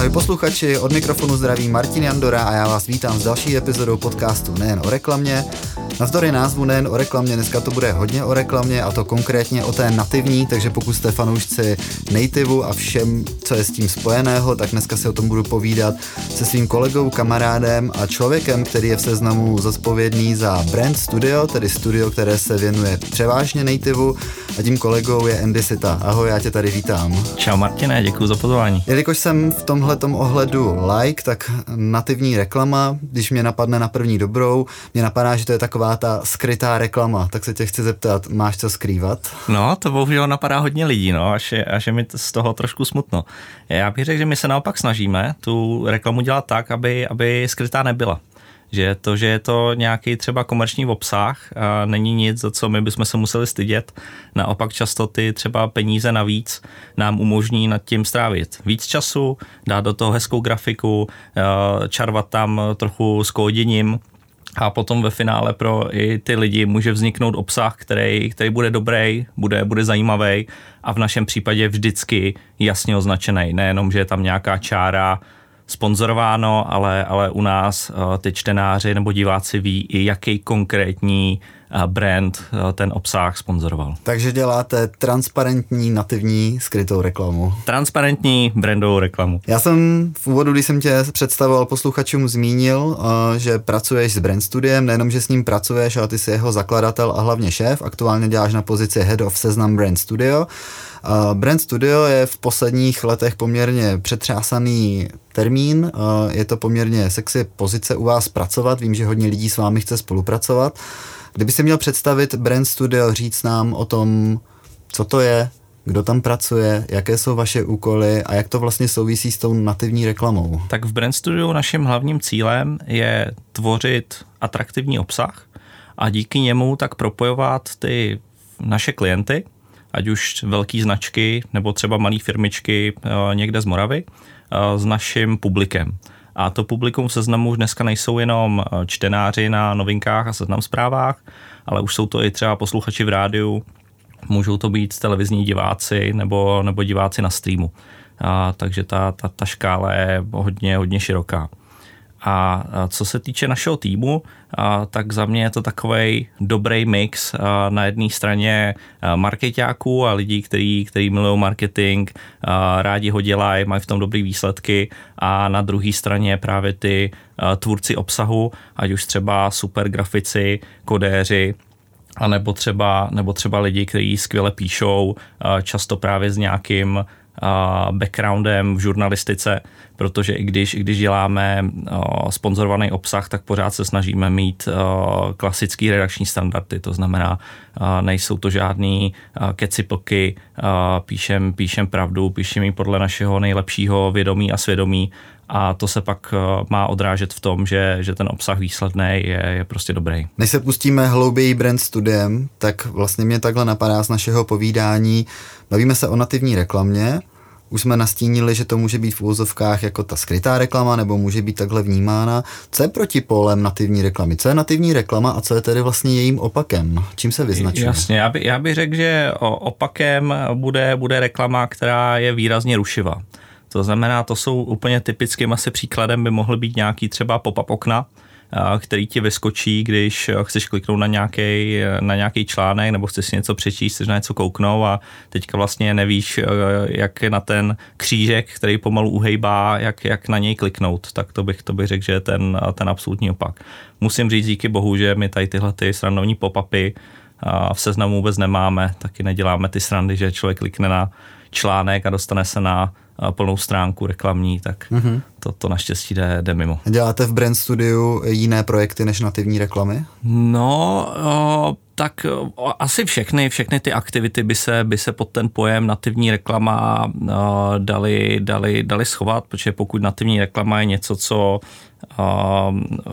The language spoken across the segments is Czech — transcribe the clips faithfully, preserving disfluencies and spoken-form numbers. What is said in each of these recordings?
Ahoj posluchači, od mikrofonu zdraví Martin Jandora a já vás vítám s další epizodou podcastu Nejen o reklamě. Navzdory názvu Nejen o reklamě, dneska to bude hodně o reklamě a to konkrétně o té nativní, takže pokud jste fanoušci nativeu a všem, co je s tím spojeného, tak dneska si o tom budu povídat se svým kolegou, kamarádem a člověkem, který je v Seznamu zodpovědný za Brand Studio, tedy studio, které se věnuje převážně nativeu, a tím kolegou je Andy Sita. Ahoj, já tě tady vítám. Čau Martine, děkuji za pozvání. Jelikož jsem v tomhletom ohledu like, tak nativní reklama, když mě napadne na první dobrou, mě napadá, že to je taková ta skrytá reklama, tak se tě chci zeptat, máš co skrývat? No, to bohužel napadá hodně lidí, no, až je, až je mi z toho trošku smutno. Já bych řekl, že my se naopak snažíme tu reklamu dělat tak, aby, aby skrytá nebyla. Že to, že je to nějaký třeba komerční obsah a není nic, za co my bychom se museli stydět. Naopak často ty třeba peníze navíc nám umožní nad tím strávit víc času, dát do toho hezkou grafiku, čarvat tam trochu s kóděním a potom ve finále pro i ty lidi může vzniknout obsah, který, který bude dobrý, bude, bude zajímavý a v našem případě vždycky jasně označený. Nejenom, že je tam nějaká čára sponzorováno, ale, ale u nás uh, ty čtenáři nebo diváci ví i jaký konkrétní uh, brand uh, ten obsah sponzoroval. Takže děláte transparentní, nativní, skrytou reklamu. Transparentní brandovou reklamu. Já jsem v úvodu, když jsem tě představoval posluchačům, zmínil, uh, že pracuješ s Brand Studiem, nejenom, že s ním pracuješ, ale ty jsi jeho zakladatel a hlavně šéf. Aktuálně děláš na pozici Head of Seznam Brand Studio. Uh, Brand Studio je v posledních letech poměrně přetřásaný termín, uh, je to poměrně sexy pozice u vás pracovat, vím, že hodně lidí s vámi chce spolupracovat. Kdyby si měl představit Brand Studio, říct nám o tom, co to je, kdo tam pracuje, jaké jsou vaše úkoly a jak to vlastně souvisí s tou nativní reklamou. Tak v Brand Studiu naším hlavním cílem je tvořit atraktivní obsah a díky němu tak propojovat ty naše klienty, ať už velký značky nebo třeba malé firmičky někde z Moravy, s naším publikem. A to publikum Seznamu už dneska nejsou jenom čtenáři na novinkách a Seznam zprávách, ale už jsou to i třeba posluchači v rádiu, můžou to být televizní diváci nebo, nebo diváci na streamu. A, takže ta, ta, ta škála je hodně, hodně široká. A co se týče našeho týmu, tak za mě je to takovej dobrý mix na jedné straně marketáků a lidí, kteří, kteří milují marketing, rádi ho dělají, mají v tom dobrý výsledky a na druhé straně právě ty tvůrci obsahu, ať už třeba super grafici, kodéři, a nebo třeba, nebo třeba lidi, kteří skvěle píšou, často právě s nějakým backgroundem v žurnalistice, protože i když, i když děláme uh, sponzorovaný obsah, tak pořád se snažíme mít uh, klasický redakční standardy, to znamená, uh, nejsou to žádný uh, keciplky, uh, píšem, píšem pravdu, píšem ji podle našeho nejlepšího vědomí a svědomí a to se pak uh, má odrážet v tom, že, že ten obsah výsledný je, je prostě dobrý. Než se pustíme hlouběji Brand Studiem, tak vlastně mě takhle napadá z našeho povídání, bavíme se o nativní reklamě. Už jsme nastínili, že to může být v úvozovkách jako ta skrytá reklama, nebo může být takhle vnímána. Co je protipólem nativní reklamy? Co je nativní reklama a co je tedy vlastně jejím opakem? Čím se vyznačuje? Jasně, já, by, já bych řekl, že opakem bude, bude reklama, která je výrazně rušivá. To znamená, to jsou úplně typickým asi příkladem by mohly být nějaký třeba pop-up okna, který ti vyskočí, když chceš kliknout na nějaký, na nějaký článek nebo chceš si něco přečíst, chceš na něco kouknout a teďka vlastně nevíš, jak na ten křížek, který pomalu uhejbá, jak, jak na něj kliknout. Tak to bych, to bych řekl, že je ten, ten absolutní opak. Musím říct díky bohu, že my tady tyhle ty srandovní pop-upy v Seznamu vůbec nemáme, taky neděláme ty srandy, že člověk klikne na článek a dostane se na plnou stránku reklamní, tak mm-hmm. to, to naštěstí jde, jde mimo. Děláte v Brand Studiu jiné projekty než nativní reklamy? No, o, tak o, asi všechny, všechny ty aktivity by se, by se pod ten pojem nativní reklama o, dali, dali, dali schovat, protože pokud nativní reklama je něco, co o,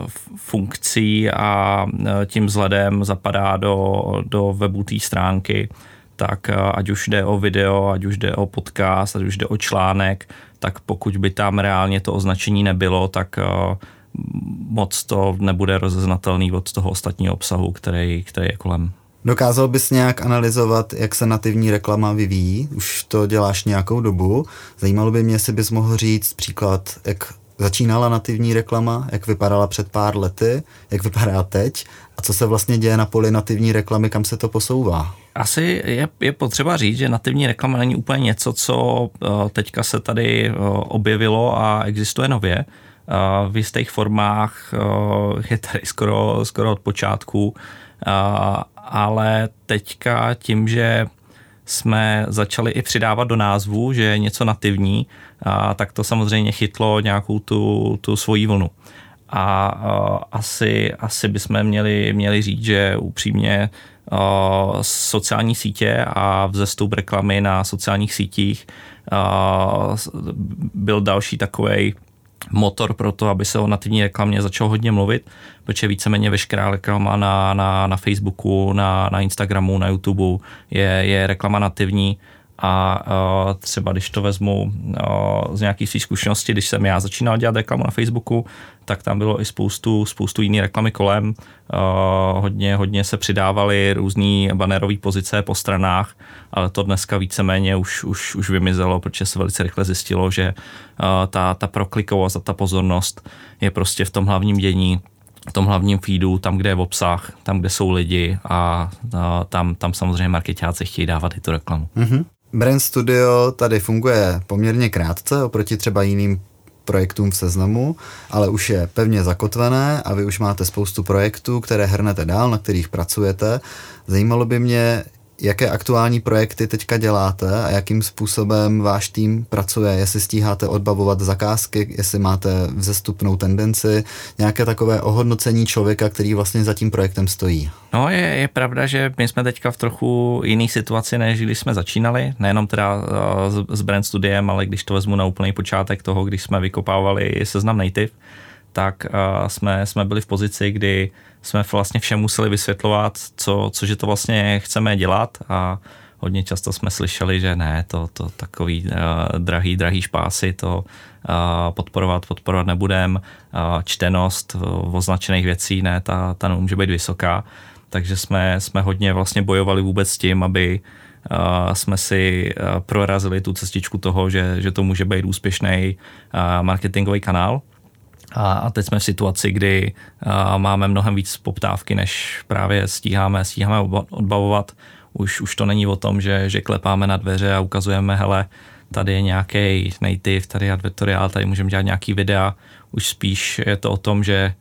funkcí a tím vzhledem zapadá do, do webu té stránky, tak ať už jde o video, ať už jde o podcast, ať už jde o článek, tak pokud by tam reálně to označení nebylo, tak moc to nebude rozeznatelný od toho ostatního obsahu, který, který je kolem. Dokázal bys nějak analyzovat, jak se nativní reklama vyvíjí? Už to děláš nějakou dobu. Zajímalo by mě, jestli bys mohl říct příklad, jak začínala nativní reklama, jak vypadala před pár lety, jak vypadá teď a co se vlastně děje na poli nativní reklamy, kam se to posouvá? Asi je, je potřeba říct, že nativní reklama není úplně něco, co teďka se tady objevilo a existuje nově. V jistých formách je tady skoro, skoro od počátku, ale teďka tím, že jsme začali i přidávat do názvu, že je něco nativní, tak to samozřejmě chytlo nějakou tu, tu svoji vlnu. A asi, asi bychom měli, měli říct, že upřímně sociální sítě a vzestup reklamy na sociálních sítích byl další takovej motor pro to, aby se o nativní reklamě začalo hodně mluvit, protože víceméně veškerá reklama na, na, na Facebooku, na, na Instagramu, na YouTube je, je reklama nativní a uh, třeba když to vezmu uh, z nějakých svých zkušeností, když jsem já začínal dělat reklamu na Facebooku, tak tam bylo i spoustu, spoustu jiný reklamy kolem. Uh, hodně, hodně se přidávaly různý bannerové pozice po stranách, ale to dneska víceméně už, už, už vymizelo, protože se velice rychle zjistilo, že uh, ta, ta proklikovost a ta pozornost je prostě v tom hlavním dění, v tom hlavním feedu, tam, kde je obsah, tam, kde jsou lidi a uh, tam, tam samozřejmě marketáci chtějí dávat i tu reklamu. Mm-hmm. Brand Studio tady funguje poměrně krátce oproti třeba jiným projektům v Seznamu, ale už je pevně zakotvené a vy už máte spoustu projektů, které hrnete dál, na kterých pracujete. Zajímalo by mě, jaké aktuální projekty teďka děláte a jakým způsobem váš tým pracuje, jestli stíháte odbavovat zakázky, jestli máte vzestupnou tendenci, nějaké takové ohodnocení člověka, který vlastně za tím projektem stojí. No je, je pravda, že my jsme teďka v trochu jiný situaci, než když jsme začínali, nejenom teda s, s Brand Studiem, ale když to vezmu na úplný počátek toho, když jsme vykopávali Seznam Native, tak uh, jsme, jsme byli v pozici, kdy jsme vlastně všem museli vysvětlovat, co, cože to vlastně chceme dělat a hodně často jsme slyšeli, že ne, to, to takový uh, drahý, drahý špásy, to uh, podporovat, podporovat nebudem, uh, čtenost uh, označených věcí, ne, ta, ta nemůže být vysoká, takže jsme, jsme hodně vlastně bojovali vůbec s tím, aby Uh, jsme si uh, prorazili tu cestičku toho, že, že to může být úspěšný uh, marketingový kanál. A teď jsme v situaci, kdy máme mnohem víc poptávky, než právě stíháme, stíháme odbavovat. Už, už to není o tom, že, že klepáme na dveře a ukazujeme, hele, tady je nějaký native, tady je advertoriál, tady můžeme dělat nějaký videa. Už spíš je to o tom, že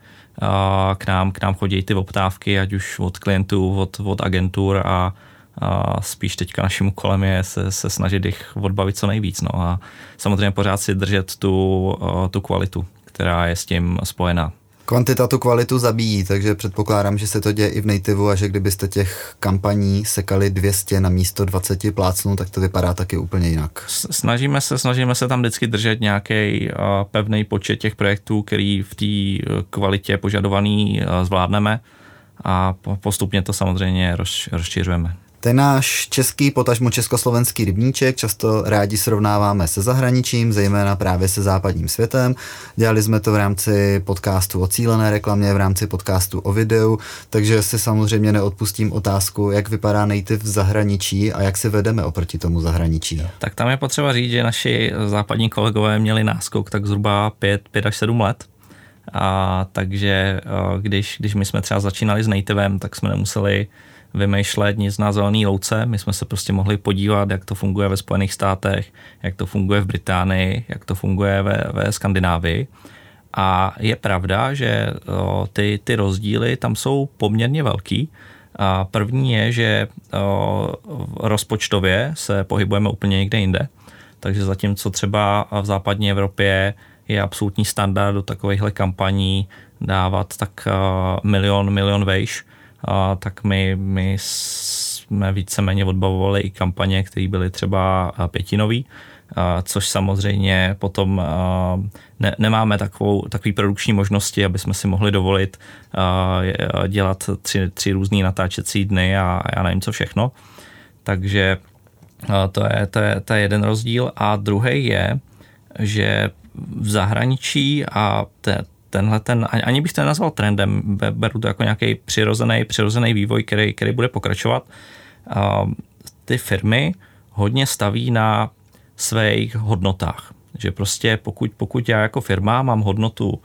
k nám, k nám chodí ty poptávky, ať už od klientů, od, od agentur a, a spíš teďka naším úkolem je se, se snažit jich odbavit co nejvíc. No a samozřejmě pořád si držet tu, tu kvalitu, která je s tím spojená. Kvantita tu kvalitu zabíjí, takže předpokládám, že se to děje i v nativeu a že kdybyste těch kampaní sekali dvě stě na místo dvacet plácnů, tak to vypadá taky úplně jinak. Snažíme se, snažíme se tam vždycky držet nějaký uh, pevný počet těch projektů, který v té uh, kvalitě požadovaný uh, zvládneme a postupně to samozřejmě roz, rozšiřujeme. Ten náš český, potažmo československý rybníček často rádi srovnáváme se zahraničím, zejména právě se západním světem. Dělali jsme to v rámci podcastu o cílené reklamě, v rámci podcastu o videu, takže si samozřejmě neodpustím otázku, jak vypadá native v zahraničí a jak si vedeme oproti tomu zahraničí. Tak tam je potřeba říct, že naši západní kolegové měli náskok tak zhruba pět až sedm let. A takže když, když my jsme třeba začínali s nativem, tak jsme nemuseli vymýšlet nic na zelený louce. My jsme se prostě mohli podívat, jak to funguje ve Spojených státech, jak to funguje v Británii, jak to funguje ve, ve Skandinávii. A je pravda, že o, ty, ty rozdíly tam jsou poměrně velký. A první je, že o, rozpočtově se pohybujeme úplně někde jinde. Takže zatímco třeba v západní Evropě je absolutní standard do takovýchhle kampaní dávat tak o, milion, milion vejš, Uh, tak my, my jsme víceméně odbavovali i kampaně, které byly třeba pětinový, uh, což samozřejmě potom uh, ne, nemáme takovou, takový produkční možnosti, aby jsme si mohli dovolit uh, dělat tři, tři různý natáčecí dny a já nevím co všechno. Takže uh, to, je, to, je, to je jeden rozdíl. A druhý je, že v zahraničí a te, tenhle ten, ani bych to nenazval trendem, beru to jako nějaký přirozený, přirozený vývoj, který, který bude pokračovat. Ty firmy hodně staví na svých hodnotách. Že prostě pokud, pokud já jako firma mám hodnotu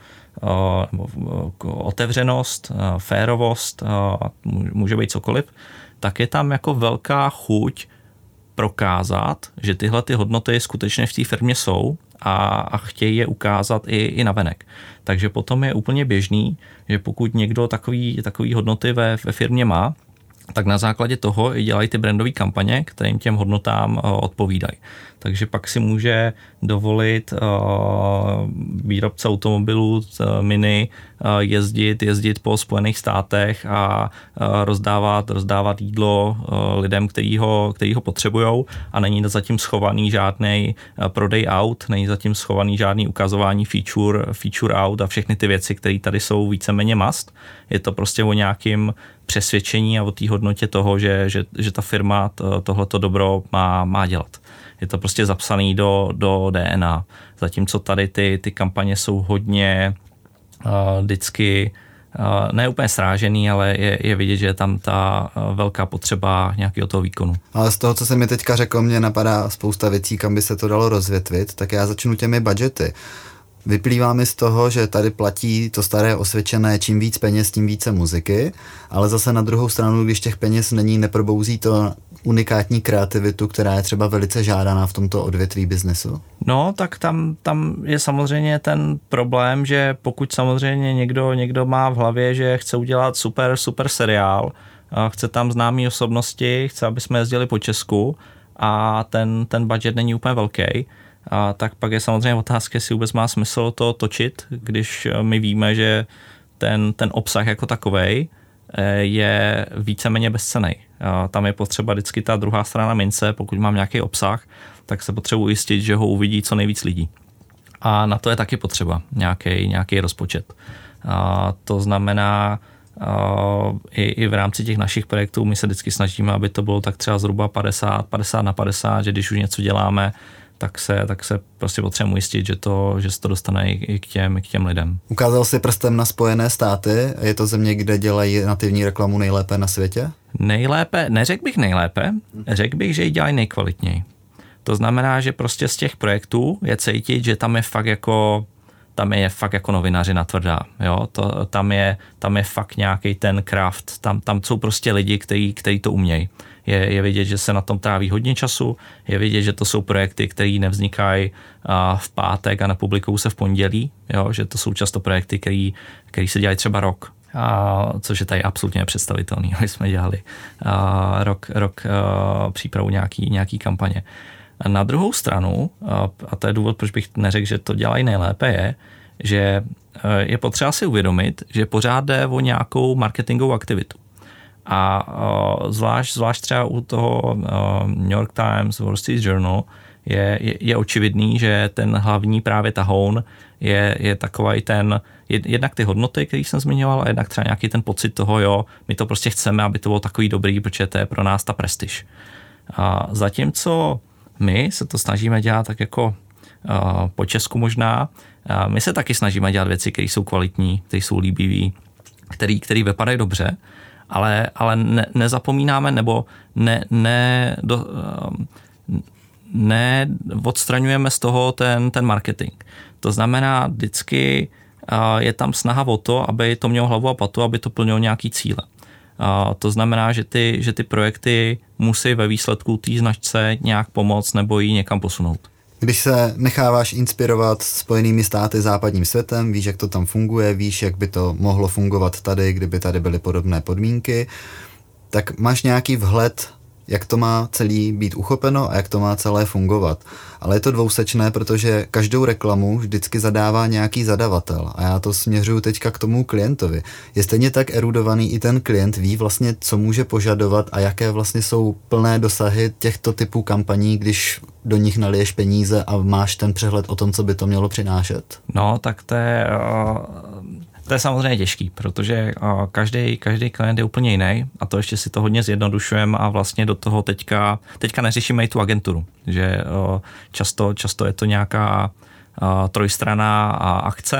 otevřenost, férovost, může být cokoliv, tak je tam jako velká chuť prokázat, že tyhle ty hodnoty skutečně v té firmě jsou a, a chtějí je ukázat i, i navenek. Takže potom je úplně běžný, že pokud někdo takový, takový hodnoty ve, ve firmě má, tak na základě toho i dělají ty brandové kampaně, kterým těm hodnotám odpovídají. Takže pak si může dovolit výrobce automobilů Mini jezdit, jezdit po Spojených státech a rozdávat, rozdávat jídlo lidem, který ho, který ho potřebujou, a není zatím schovaný žádný prodej aut, není zatím schovaný žádný ukazování feature, feature aut a všechny ty věci, které tady jsou víceméně must. Je to prostě o nějakým přesvědčení a o té hodnotě toho, že, že, že ta firma to, tohleto dobro má, má dělat. Je to prostě zapsaný do, do D N A. Zatímco tady ty, ty kampaně jsou hodně uh, vždycky uh, ne úplně srážený, ale je, je vidět, že je tam ta uh, velká potřeba nějakého toho výkonu. Ale z toho, co se mi teďka řekl, mě napadá spousta věcí, kam by se to dalo rozvětvit, tak já začnu těmi budgety. Vyplývá mi z toho, že tady platí to staré osvědčené, čím víc peněz, tím více muziky, ale zase na druhou stranu, když těch peněz není, neprobouzí to unikátní kreativitu, která je třeba velice žádaná v tomto odvětví biznesu? No, tak tam, tam je samozřejmě ten problém, že pokud samozřejmě někdo, někdo má v hlavě, že chce udělat super, super seriál, chce tam známý osobnosti, chce, aby jsme jezdili po Česku a ten, ten budget není úplně velký, a tak pak je samozřejmě otázka, jestli vůbec má smysl to točit, když my víme, že ten, ten obsah jako takovej je víceméně bezcenný. Tam je potřeba vždycky ta druhá strana mince, pokud mám nějaký obsah, tak se potřebuji ujistit, že ho uvidí co nejvíc lidí. A na to je taky potřeba nějaký, nějaký rozpočet. A to znamená, i, i v rámci těch našich projektů my se vždycky snažíme, aby to bylo tak třeba zhruba padesát, padesát na padesát, že když už něco děláme, tak se, tak se prostě potřebujeme ujistit, že, to, že se to dostane i k těm, i k těm lidem. Ukázal jsi prstem na Spojené státy, je to země, kde dělají nativní reklamu nejlépe na světě? Nejlépe, neřekl bych nejlépe, řekl bych, že ji dělají nejkvalitněji. To znamená, že prostě z těch projektů je cítit, že tam je fakt jako, tam je fakt jako novinařina tvrdá, jo, to, tam je, tam je fakt nějaký ten craft, tam, tam jsou prostě lidi, kteří, kteří to umějí. Je, je vidět, že se na tom tráví hodně času, je vidět, že to jsou projekty, které nevznikají v pátek a nepublikují se v pondělí, jo, že to jsou často projekty, které se dělají třeba rok, a, což je tady absolutně nepředstavitelný. My jsme dělali a, rok, rok a, přípravu nějaký, nějaký kampaně. A na druhou stranu, a, a to je důvod, proč bych neřekl, že to dělají nejlépe, je, že je potřeba si uvědomit, že pořád jde o nějakou marketingovou aktivitu. A uh, zvlášť, zvlášť třeba u toho uh, New York Times, Wall Street Journal je, je, je očividný, že ten hlavní právě tahoun je, je takový ten, jednak ty hodnoty, který jsem zmiňoval, a jednak třeba nějaký ten pocit toho, jo, my to prostě chceme, aby to bylo takový dobrý, protože to je pro nás ta prestiž. A zatímco my se to snažíme dělat tak jako uh, po Česku možná, uh, my se taky snažíme dělat věci, které jsou kvalitní, které jsou líbivý, který, který vypadají dobře, ale, ale ne, nezapomínáme nebo ne, ne, do, ne odstraňujeme z toho ten, ten marketing. To znamená, vždycky je tam snaha o to, aby to mělo hlavu a patu, aby to plnilo nějaký cíle. To znamená, že ty, že ty projekty musí ve výsledku té značce nějak pomoct nebo ji někam posunout. Když se necháváš inspirovat Spojenými státy, západním světem, víš, jak to tam funguje, víš, jak by to mohlo fungovat tady, kdyby tady byly podobné podmínky, tak máš nějaký vhled, jak to má celý být uchopeno a jak to má celé fungovat. Ale je to dvousečné, protože každou reklamu vždycky zadává nějaký zadavatel a já to směřuju teďka k tomu klientovi. Je stejně tak erudovaný i ten klient, ví vlastně, co může požadovat a jaké vlastně jsou plné dosahy těchto typů kampaní, když do nich naliješ peníze a máš ten přehled o tom, co by to mělo přinášet. No, tak to je... Uh... To je samozřejmě těžký, protože každý, každý klient je úplně jiný a to ještě si to hodně zjednodušujeme a vlastně do toho teďka, teďka neřešíme i tu agenturu, že často, často je to nějaká trojstranná akce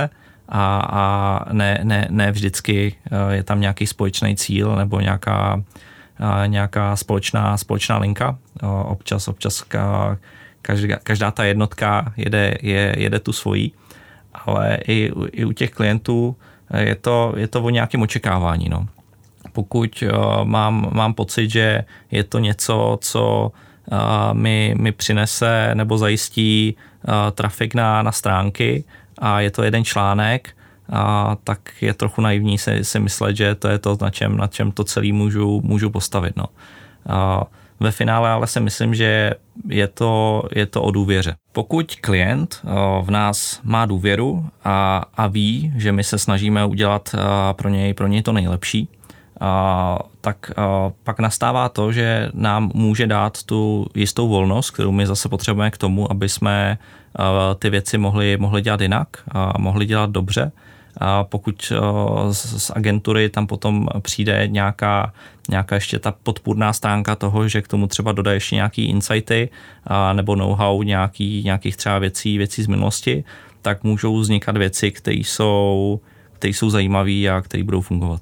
a, a ne, ne, ne vždycky je tam nějaký společný cíl nebo nějaká, nějaká společná, společná linka. Občas, občas každá, každá ta jednotka jede, je, jede tu svojí, ale i, i u těch klientů je to, je to o nějakém očekávání. No. Pokud uh, mám, mám pocit, že je to něco, co uh, mi, mi přinese nebo zajistí uh, trafik na, na stránky a je to jeden článek, uh, tak je trochu naivní si, si myslet, že to je to, na čem, na čem to celý můžu, můžu postavit. No. Uh, ve finále ale si myslím, že je to, je to o důvěře. Pokud klient v nás má důvěru a, a ví, že my se snažíme udělat pro něj, pro něj to nejlepší, tak pak nastává to, že nám může dát tu jistou volnost, kterou my zase potřebujeme k tomu, aby jsme ty věci mohli, mohli dělat jinak a mohli dělat dobře. A pokud z agentury tam potom přijde nějaká, nějaká ještě ta podpůrná stránka toho, že k tomu třeba dodají ještě nějaký insighty a nebo know-how nějaký, nějakých třeba věcí, věcí z minulosti, tak můžou vznikat věci, které jsou, které jsou zajímavé a které budou fungovat.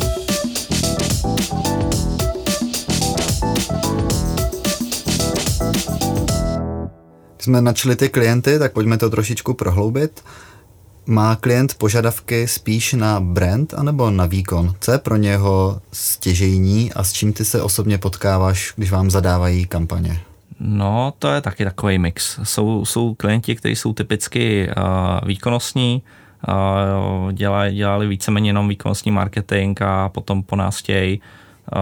Jsme načali ty klienty, tak pojďme to trošičku prohloubit. Má klient požadavky spíš na brand anebo na výkon? Co je pro něho stěžejní a s čím ty se osobně potkáváš, když vám zadávají kampaně? No, to je taky takový mix. Jsou, jsou klienti, kteří jsou typicky uh, výkonnostní, uh, dělali, dělali víceméně jenom výkonnostní marketing a potom po nás chtějí uh,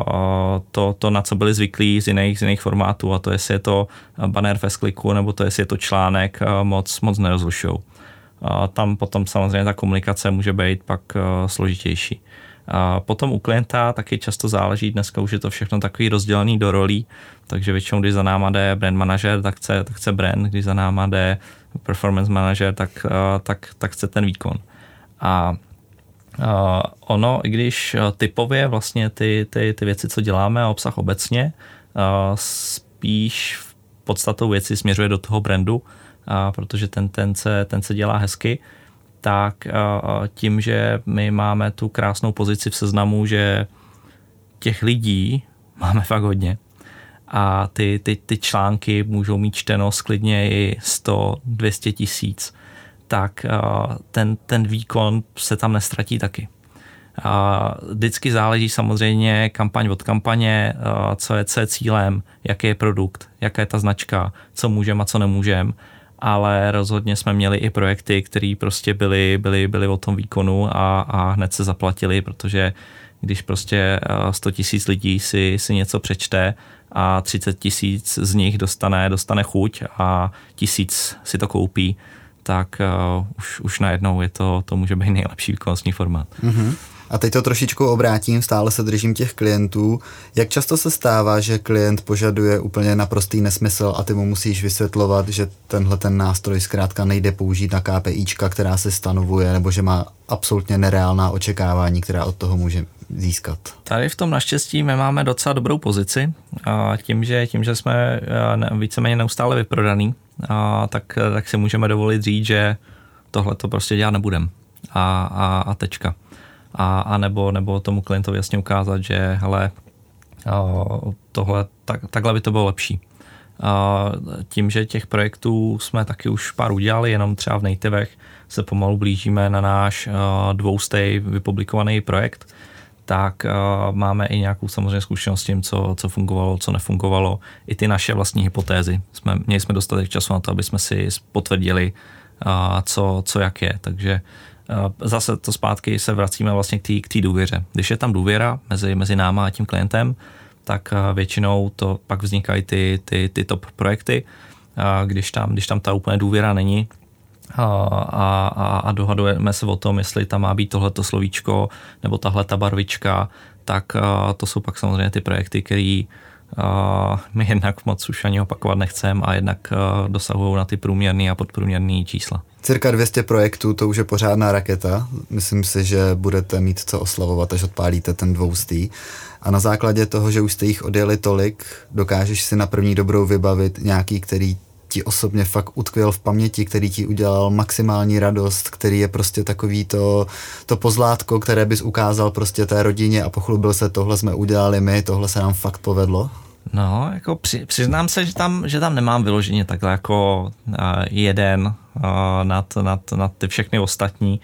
to, to, na co byli zvyklí z jiných, z jiných formátů, a to jestli je to banner v S-kliku nebo to jestli je to článek, uh, moc, moc nerozlišujou. A tam potom samozřejmě ta komunikace může být pak uh, složitější. A potom u klienta taky často záleží, dneska už je to všechno takový rozdělený do rolí, takže většinou, když za náma jde brand manažer, tak chce, tak chce brand, když za náma jde performance manažer, tak, uh, tak, tak chce ten výkon. A uh, ono, i když typově vlastně ty, ty, ty věci, co děláme a obsah obecně, uh, spíš v podstatou věci směřuje do toho brandu, a protože ten, ten, se, ten se dělá hezky, tak tím, že my máme tu krásnou pozici v seznamu, že těch lidí máme fakt hodně a ty, ty, ty články můžou mít čtenost klidně i sto, dvě stě tisíc, tak ten, ten výkon se tam nestratí taky. A vždycky záleží samozřejmě kampaň od kampaně, co je, co je cílem, jaký je produkt, jaká je ta značka, co můžeme a co nemůžeme, ale rozhodně jsme měli i projekty, které prostě byly, byly, byly o tom výkonu a, a hned se zaplatili, protože když prostě sto tisíc lidí si, si něco přečte a třicet tisíc z nich dostane, dostane chuť a tisíc si to koupí, tak uh, už, už najednou je to, to může být nejlepší výkonnostní formát. Mm-hmm. A teď to trošičku obrátím, stále se držím těch klientů. Jak často se stává, že klient požaduje úplně naprostý nesmysl a ty mu musíš vysvětlovat, že tenhle ten nástroj zkrátka nejde použít na KPIčka, která se stanovuje, nebo že má absolutně nereálná očekávání, která od toho může získat? Tady v tom naštěstí my máme docela dobrou pozici. Tím, že, tím, že jsme víceméně neustále vyprodaný, tak, tak si můžeme dovolit říct, že tohle to prostě dělat nebudeme. A, a, a tečka. A, a nebo, nebo tomu klientovi jasně ukázat, že hele, tohle, tak, takhle by to bylo lepší. Tím, že těch projektů jsme taky už pár udělali, jenom třeba v nativech se pomalu blížíme na náš dvoustej vypublikovaný projekt, tak máme i nějakou samozřejmě zkušenost s tím, co, co fungovalo, co nefungovalo. I ty naše vlastní hypotézy. Jsme, měli jsme dostatek času na to, aby jsme si potvrdili, co, co jak je. Takže zase to zpátky se vracíme vlastně k té důvěře. Když je tam důvěra mezi, mezi náma a tím klientem, tak většinou to pak vznikají ty, ty, ty top projekty. Když tam, když tam ta úplně důvěra není a, a, a dohadujeme se o tom, jestli tam má být tohleto slovíčko nebo tahle ta barvička, tak to jsou pak samozřejmě ty projekty, které my jednak moc už ani opakovat nechceme a jednak dosahují na ty průměrné a podprůměrné čísla. Cirka dvě stě projektů, to už je pořádná raketa. Myslím si, že budete mít co oslavovat, až odpálíte ten dvoustý. A na základě toho, že už jste jich odjeli tolik, dokážeš si na první dobrou vybavit nějaký, který ti osobně fakt utkvěl v paměti, který ti udělal maximální radost, který je prostě takový to, to pozlátko, které bys ukázal prostě té rodině a pochlubil se, tohle jsme udělali my, tohle se nám fakt povedlo? No, jako při, přiznám se, že tam, že tam nemám vyloženě takhle jako uh, jeden uh, nad, nad, nad ty všechny ostatní.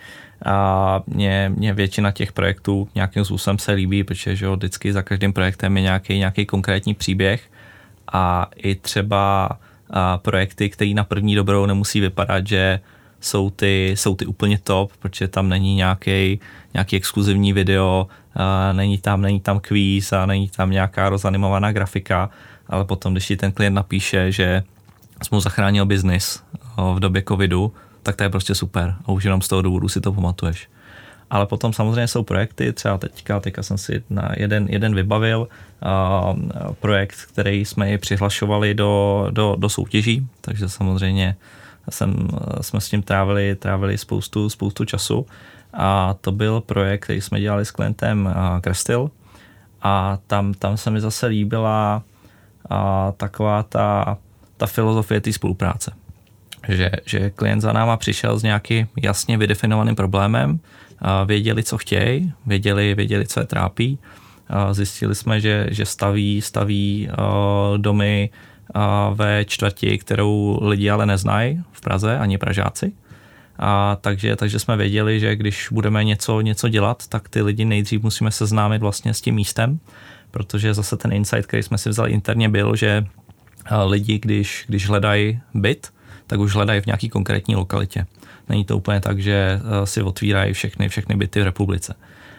A mě, mě většina těch projektů nějakým způsobem se líbí, protože že jo, vždycky za každým projektem je nějaký, nějaký konkrétní příběh a i třeba a, projekty, které na první dobrou nemusí vypadat, že jsou ty, jsou ty úplně top, protože tam není nějaký, nějaký exkluzivní video, a není tam, není tam kvíz a není tam nějaká rozanimovaná grafika, ale potom, když ti ten klient napíše, že jsi mu zachránil biznis v době covidu, tak to je prostě super a už jenom z toho důvodu si to pamatuješ. Ale potom samozřejmě jsou projekty, třeba teďka, teďka jsem si na jeden, jeden vybavil uh, projekt, který jsme i přihlašovali do, do, do soutěží, takže samozřejmě jsem, jsme s tím trávili, trávili spoustu, spoustu času a to byl projekt, který jsme dělali s klientem uh, Krestil a tam, tam se mi zase líbila uh, taková ta, ta filozofie té spolupráce. Že, že klient za náma přišel s nějakým jasně vydefinovaným problémem, věděli, co chtějí, věděli, věděli, co je trápí. Zjistili jsme, že, že staví, staví domy ve čtvrti, kterou lidi ale neznají v Praze, ani Pražáci. A takže, takže jsme věděli, že když budeme něco, něco dělat, tak ty lidi nejdřív musíme seznámit vlastně s tím místem, protože zase ten insight, který jsme si vzali interně, byl, že lidi, když, když hledají byt, tak už hledají v nějaký konkrétní lokalitě. Není to úplně tak, že si otvírají všechny, všechny byty v republice.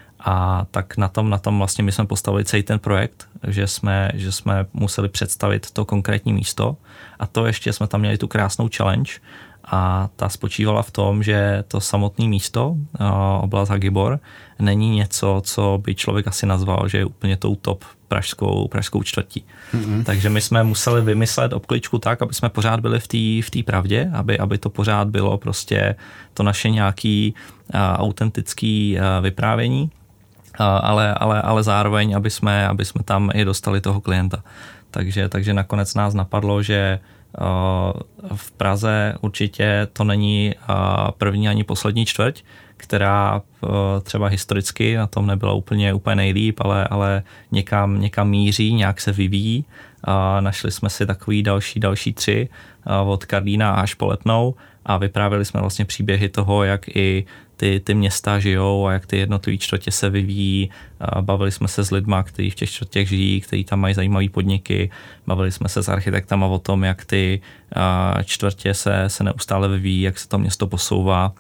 A tak na tom, na tom vlastně my jsme postavili celý ten projekt, že jsme, že jsme museli představit to konkrétní místo a to ještě jsme tam měli tu krásnou challenge a ta spočívala v tom, že to samotné místo, oblast Hagibor, není něco, co by člověk asi nazval, že je úplně tou top pražskou, pražskou čtvrtí. Mm-hmm. Takže my jsme museli vymyslet obkličku tak, aby jsme pořád byli v té v té pravdě, aby, aby to pořád bylo prostě to naše nějaký uh, autentický uh, vyprávění, uh, ale, ale, ale zároveň, aby jsme, aby jsme tam i dostali toho klienta. Takže, takže nakonec nás napadlo, že uh, v Praze určitě to není uh, první ani poslední čtvrť, která třeba historicky na tom nebyla úplně, úplně nejlíp, ale, ale někam, někam míří, nějak se vyvíjí. A našli jsme si takový další, další tři od Karlína až po Letnou a vyprávěli jsme vlastně příběhy toho, jak i ty, ty města žijou a jak ty jednotlivé čtvrtě se vyvíjí. A bavili jsme se s lidma, kteří v těch čtvrtěch žijí, kteří tam mají zajímavé podniky. Bavili jsme se s architektama o tom, jak ty čtvrtě se, se neustále vyvíjí, jak se to město posouvá.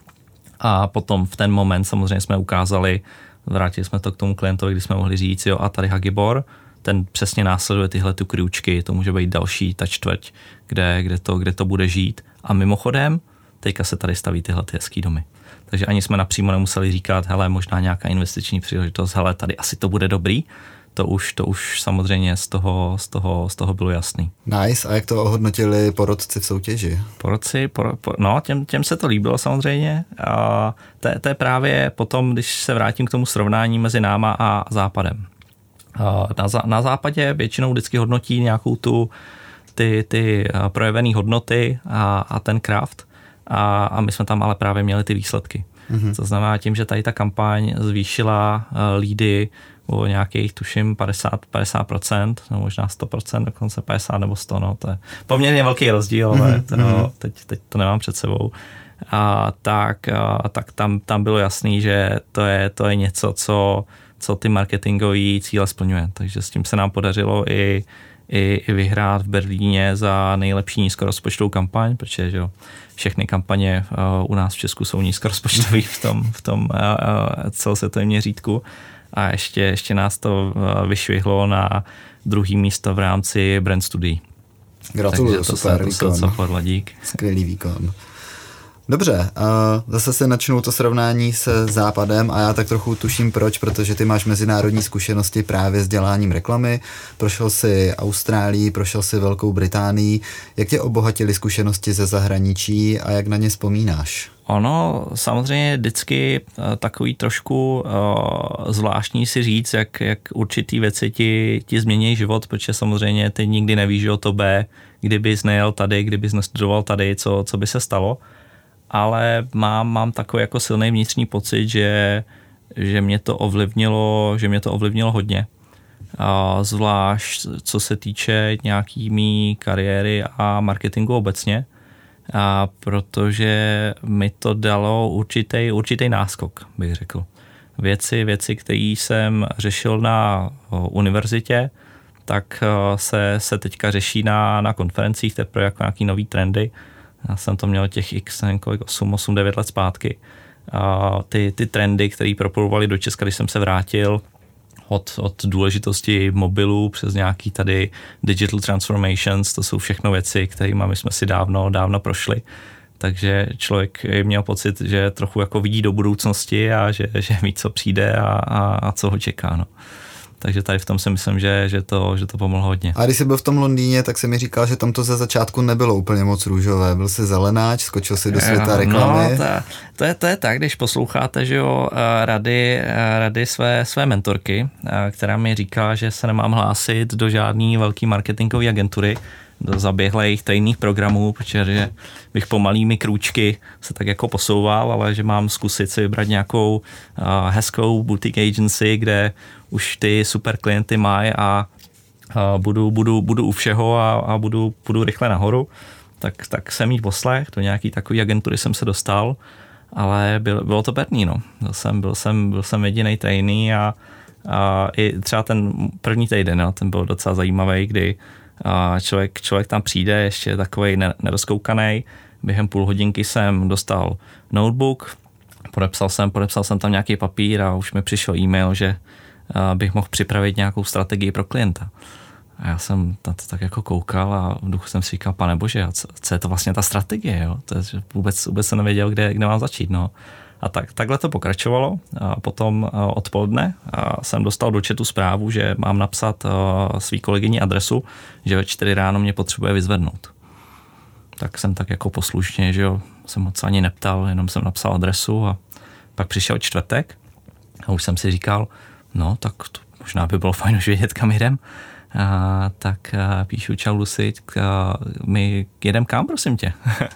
A potom v ten moment samozřejmě jsme ukázali, vrátili jsme to k tomu klientovi, kdy jsme mohli říct, jo, a tady Hagibor, ten přesně následuje tyhle tu krůčky, to může být další ta čtvrť, kde, kde, to, kde to bude žít. A mimochodem, teďka se tady staví tyhle ty hezký domy. Takže ani jsme napřímo nemuseli říkat, hele, možná nějaká investiční příležitost, hele, tady asi to bude dobrý. To už, to už samozřejmě z toho, z toho, z toho bylo jasný. Nice. A jak to ohodnotili porotci v soutěži? Porotci, por, por, no, těm, těm se to líbilo samozřejmě. A to, to je právě potom, když se vrátím k tomu srovnání mezi náma a Západem. A na, na Západě většinou vždycky hodnotí nějakou tu, ty, ty projevené hodnoty a, a ten craft. A, a my jsme tam ale právě měli ty výsledky. Mm-hmm. To znamená tím, že tady ta kampaň zvýšila lídy o nějakých, tuším, padesát procent, no možná sto procent, dokonce padesát nebo sto, no, to je poměrně velký rozdíl, ale mm-hmm. to, no, teď, teď to nemám před sebou. A tak, a, tak tam, tam bylo jasný, že to je, to je něco, co, co ty marketingové cíle splňuje. Takže s tím se nám podařilo i, i, i vyhrát v Berlíně za nejlepší nízkorozpočtovou kampaň, protože že, všechny kampaně uh, u nás v Česku jsou nízkorozpočtový v tom, v tom uh, uh, celosvětovém měřítku. A ještě, ještě nás to vyšvihlo na druhý místo v rámci brand studií. Gratuluju, super výkon. Skvělý výkon. Dobře, zase se načnu to srovnání se Západem a já tak trochu tuším proč, protože ty máš mezinárodní zkušenosti právě s děláním reklamy, prošel si Austrálii, prošel si Velkou Británii, jak tě obohatily zkušenosti ze zahraničí a jak na ně vzpomínáš? Ono samozřejmě vždycky takový trošku uh, zvláštní si říct, jak, jak určitý věci ti, ti změní život, protože samozřejmě ty nikdy nevíš, že o to B, kdybys nejel tady, kdybys nestudoval tady, co, co by se stalo. Ale mám, mám takový jako silný vnitřní pocit, že, že mě to ovlivnilo, že mě to ovlivnilo hodně. A zvlášť co se týče nějaký mý kariéry a marketingu obecně. A protože mi to dalo určitý, určitý náskok, bych řekl. Věci, věci, které jsem řešil na univerzitě, tak se, se teďka řeší na, na konferencích teprve jako nějaký nový trendy. Já jsem to měl těch x, nevím kolik, osm, devět let zpátky. A ty, ty trendy, které proplouvaly do Česka, když jsem se vrátil, od, od důležitosti mobilů přes nějaký tady digital transformations, to jsou všechno věci, kterými my jsme si dávno, dávno prošli. Takže člověk měl pocit, že trochu jako vidí do budoucnosti a že, že ví, co přijde a, a, a co ho čeká. No. Takže tady v tom si myslím, že, že, to, že to pomohlo hodně. A když jsi byl v tom Londýně, tak jsi mi říkal, že tam to ze začátku nebylo úplně moc růžové. Byl jsi zelenáč, skočil si do světa reklamy. No, to, to, je, to je tak, když posloucháte, že jo, rady, rady své, své mentorky, která mi říká, že se nemám hlásit do žádný velký marketingové agentury, do zaběhlých tréninných programů, protože bych pomalými krůčky se tak jako posouval, ale že mám zkusit si vybrat nějakou uh, hezkou boutique agency, kde už ty super klienty mají a uh, budu, budu, budu u všeho a, a budu, budu rychle nahoru. Tak, tak jsem jí poslech, do nějaký takový agentury jsem se dostal, ale byl, bylo to perný, no. Byl jsem, byl jsem, byl jsem jedinej trainee a, a i třeba ten první týden, no, ten byl docela zajímavý, kdy a člověk, člověk tam přijde ještě takovej nerozkoukanej. Během půl hodinky jsem dostal notebook, podepsal jsem, podepsal jsem tam nějaký papír a už mi přišel e-mail, že bych mohl připravit nějakou strategii pro klienta. A já jsem na to tak jako koukal a v duchu jsem si říkal, pane bože, co, co je to vlastně ta strategie? Jo? To je, vůbec, vůbec jsem nevěděl, kde, kde mám začít. No. A tak, takhle to pokračovalo. A potom odpoledne a jsem dostal do chatu zprávu, že mám napsat svý kolegyni adresu, že ve čtyři ráno mě potřebuje vyzvednout. Tak jsem tak jako poslušně, že jo, jsem moc ani neptal, jenom jsem napsal adresu a pak přišel čtvrtek a už jsem si říkal, no tak to možná by bylo fajn už vědět, kam jdem. A, tak a, píšu, čau Lucy, a, my jedem kam, prosím tě?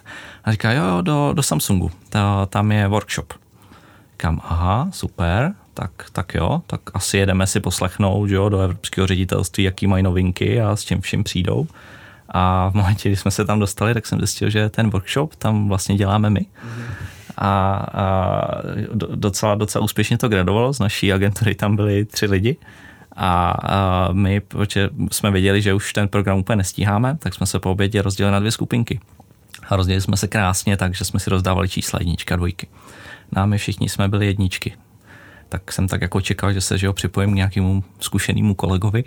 A říká, jo, jo, do, do Samsungu, ta, tam je workshop. Kam, aha, super, tak, tak jo, tak asi jedeme si poslechnout, jo, do Evropského ředitelství, jaký mají novinky a s čím vším přijdou. A v momentě, kdy jsme se tam dostali, tak jsem zjistil, že ten workshop tam vlastně děláme my. Mm-hmm. A, a docela, docela úspěšně to gradovalo, z naší agentury tam byli tři lidi. A, a my, protože jsme věděli, že už ten program úplně nestíháme, tak jsme se po obědě rozdělili na dvě skupinky. A rozdělili jsme se krásně, takže jsme si rozdávali čísla jednička a dvojky. No a my všichni jsme byli jedničky. Tak jsem tak jako čekal, že se že ho připojím k nějakému zkušenému kolegovi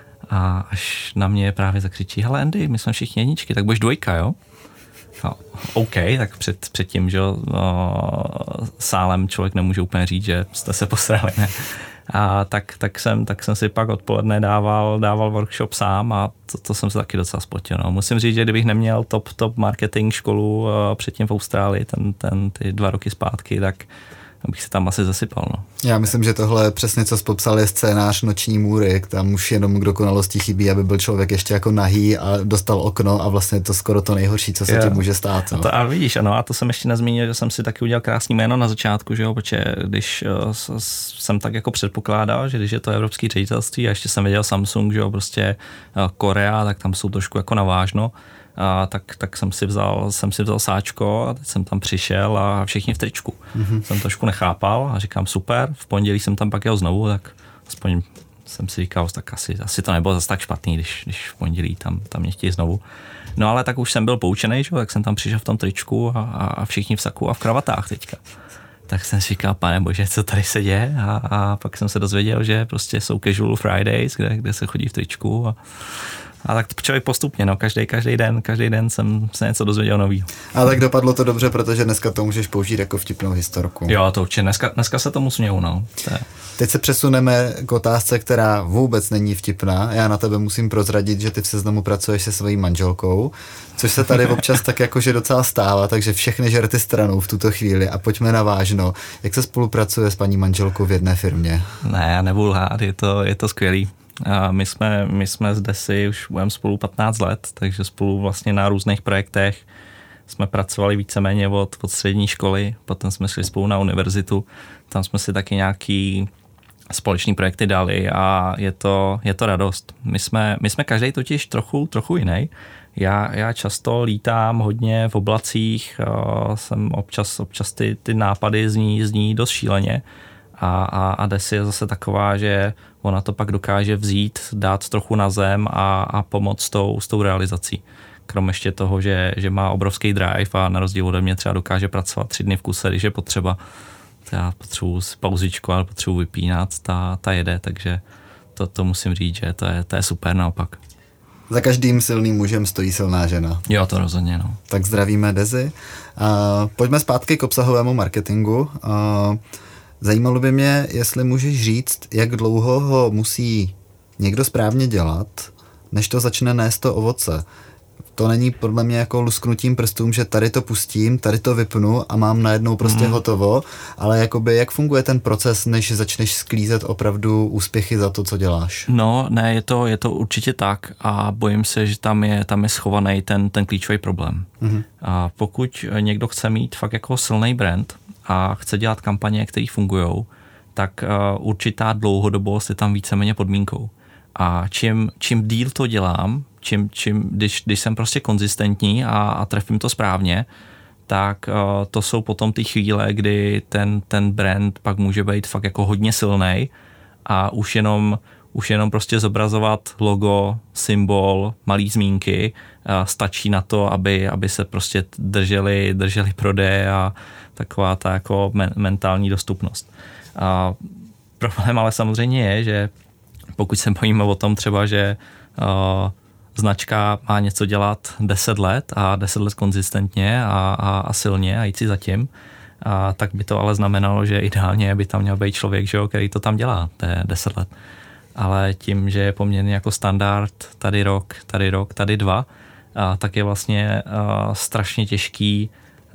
a až na mě právě zakřičí, hele Andy, my jsme všichni jedničky, tak budeš dvojka, jo? A OK, tak před, před tím, že o, sálem člověk nemůže úplně říct, že jste se posrali, ne? A tak, tak, jsem, tak jsem si pak odpoledne dával, dával workshop sám a to, to jsem se taky docela spotil. No. Musím říct, že kdybych neměl top, top marketing školu uh, předtím v Austrálii, ten, ten, ty dva roky zpátky, tak bych se tam asi zasypal. No. Já myslím, že tohle přesně, co jsi popsal, je scénář Noční můry, tam už jenom k dokonalosti chybí, aby byl člověk ještě jako nahý a dostal okno a vlastně to skoro to nejhorší, co se yeah. ti může stát. No. A, to, a vidíš, ano, a to jsem ještě nezmínil, že jsem si taky udělal krásný jméno na začátku, že jo, protože když uh, jsem tak jako předpokládal, že když je to evropský ředitelství a ještě jsem viděl Samsung, že jo, prostě uh, Korea, tak tam jsou trošku jako navážno. A tak, tak jsem si vzal, jsem si vzal sáčko a teď jsem tam přišel a všichni v tričku. Mm-hmm. Jsem trošku nechápal a říkám super, v pondělí jsem tam pak jel znovu, tak aspoň jsem si říkal, tak asi, asi to nebylo zase tak špatný, když, když v pondělí tam, tam mě chtějí znovu. No ale tak už jsem byl poučený, že? Tak jsem tam přišel v tom tričku a, a všichni v saku a v kravatách teďka. Tak jsem si říkal, pane bože, co tady se děje? A, a pak jsem se dozvěděl, že prostě jsou casual Fridays, kde, kde se chodí v tričku a A tak člověk postupně, no, každý, každý den, každý den jsem se něco dozvěděl nový. A tak dopadlo to dobře, protože dneska to můžeš použít jako vtipnou historku. Jo, to určitě, dneska, dneska se tomu směju, no. To je... Teď se přesuneme k otázce, která vůbec není vtipná. Já na tebe musím prozradit, že ty v Seznamu pracuješ se svojí manželkou, což se tady občas tak jakože docela stává, takže všechny žerty stranou v tuto chvíli a pojďme na vážno. Jak se spolupracuje s paní manželkou v jedné firmě? Ne, já nebudu lhát, je to, je to skvělý. A my jsme, my jsme s Desi už budeme spolu patnáct let, takže spolu vlastně na různých projektech jsme pracovali víceméně od, od střední školy, potom jsme šli spolu na univerzitu, tam jsme si taky nějaký společný projekty dali a je to, je to radost. My jsme, my jsme každý totiž trochu, trochu jiný. Já, já často lítám hodně v oblacích, jsem občas, občas ty, ty nápady zní, zní dost šíleně a, a, a Desi je zase taková, že ona to pak dokáže vzít, dát trochu na zem a, a pomoct s tou, s tou realizací. Krom ještě toho, že, že má obrovský drive a na rozdíl ode mě třeba dokáže pracovat tři dny v kuse, když je potřeba. Já potřebuji pauzičku, ale potřebuji vypínat, ta, ta jede, takže to, to musím říct, že to je, to je super naopak. Za každým silným mužem stojí silná žena. Jo, to rozhodně, no. Tak zdravíme Dezi. Uh, pojďme zpátky k obsahovému marketingu. Uh, zajímalo by mě, jestli můžeš říct, jak dlouho ho musí někdo správně dělat, než to začne nést to ovoce. To není podle mě jako lusknutím prstům, že tady to pustím, tady to vypnu a mám najednou prostě mm. hotovo, ale jakoby jak funguje ten proces, než začneš sklízet opravdu úspěchy za to, co děláš? No, ne, je to, je to určitě tak a bojím se, že tam je, tam je schovaný ten, ten klíčový problém. Mm. A pokud někdo chce mít fakt jako silný brand a chce dělat kampaně, které fungujou, tak uh, určitá dlouhodobost je tam víceméně podmínkou. A čím, čím díl to dělám, čím, čím, když, když jsem prostě konzistentní a, a trefím to správně, tak uh, to jsou potom ty chvíle, kdy ten, ten brand pak může být fakt jako hodně silnej a už jenom, už jenom prostě zobrazovat logo, symbol, malý zmínky uh, stačí na to, aby, aby se prostě drželi, drželi prodeje a taková ta jako men, mentální dostupnost. Uh, problém ale samozřejmě je, že pokud se bavíme o tom třeba, že uh, značka má něco dělat deset let a deset let konzistentně a, a, a silně a jít si zatím, a tak by to ale znamenalo, že ideálně by tam měl být člověk, že jo, který to tam dělá, to je deset let. Ale tím, že je poměrně jako standard tady rok, tady rok, tady dva, a tak je vlastně uh, strašně těžký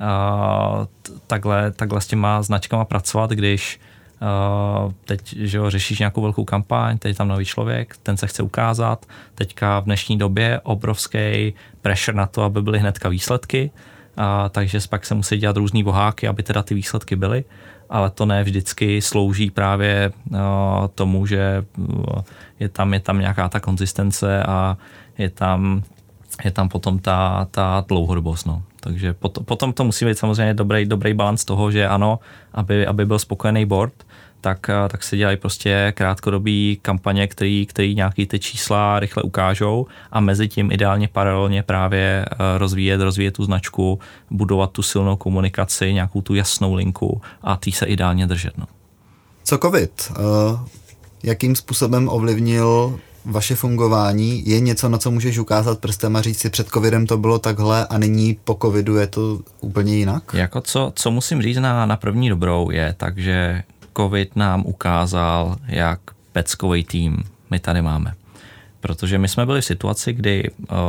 uh, takhle, takhle s těma značkama pracovat, když Uh, teď, že jo, řešíš nějakou velkou kampaň, teď je tam nový člověk, ten se chce ukázat, teďka v dnešní době obrovský pressure na to, aby byly hnedka výsledky, uh, takže pak se musí dělat různý boháky, aby teda ty výsledky byly, ale to ne vždycky slouží právě uh, tomu, že uh, je tam, je tam nějaká ta konzistence a je tam, je tam potom ta, ta dlouhodobost, no. Takže potom, potom to musí být samozřejmě dobrý, dobrý balans toho, že ano, aby, aby byl spokojený board, tak, tak se dělají prostě krátkodobý kampaně, který, který nějaký ty čísla rychle ukážou a mezi tím ideálně paralelně právě rozvíjet, rozvíjet tu značku, budovat tu silnou komunikaci, nějakou tu jasnou linku a tý se ideálně držet. No. Co covid? Uh, jakým způsobem ovlivnil vaše fungování? Je něco, na co můžeš ukázat prstem a říct si, před covidem to bylo takhle a nyní po covidu je to úplně jinak? Jako co, co musím říct na, na první dobrou je, takže covid nám ukázal, jak peckový tým my tady máme. Protože my jsme byli v situaci, kdy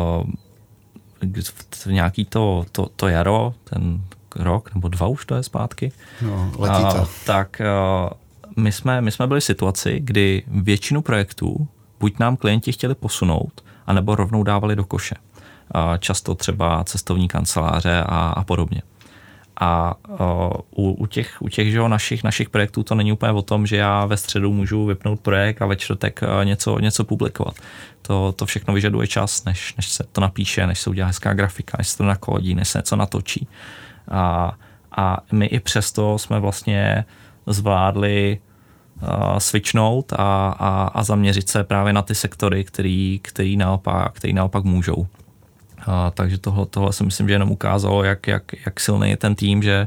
uh, v nějaký to, to, to jaro, ten rok nebo dva už to je zpátky, no, letí to. Uh, tak uh, my, jsme, my jsme byli v situaci, kdy většinu projektů buď nám klienti chtěli posunout, anebo rovnou dávali do koše. Často třeba cestovní kanceláře a, a podobně. A u, u těch, u těch že našich, našich projektů to není úplně o tom, že já ve středu můžu vypnout projekt a ve čtvrtek něco, něco publikovat. To, to všechno vyžaduje čas, než, než se to napíše, než se udělá hezká grafika, než se to nakodí, než se něco natočí. A, a my i přesto jsme vlastně zvládli Uh, switchnout a, a, a zaměřit se právě na ty sektory, který, který, naopak, který naopak můžou. Uh, takže tohle, tohle si myslím, že jenom ukázalo, jak, jak, jak silný je ten tým, že,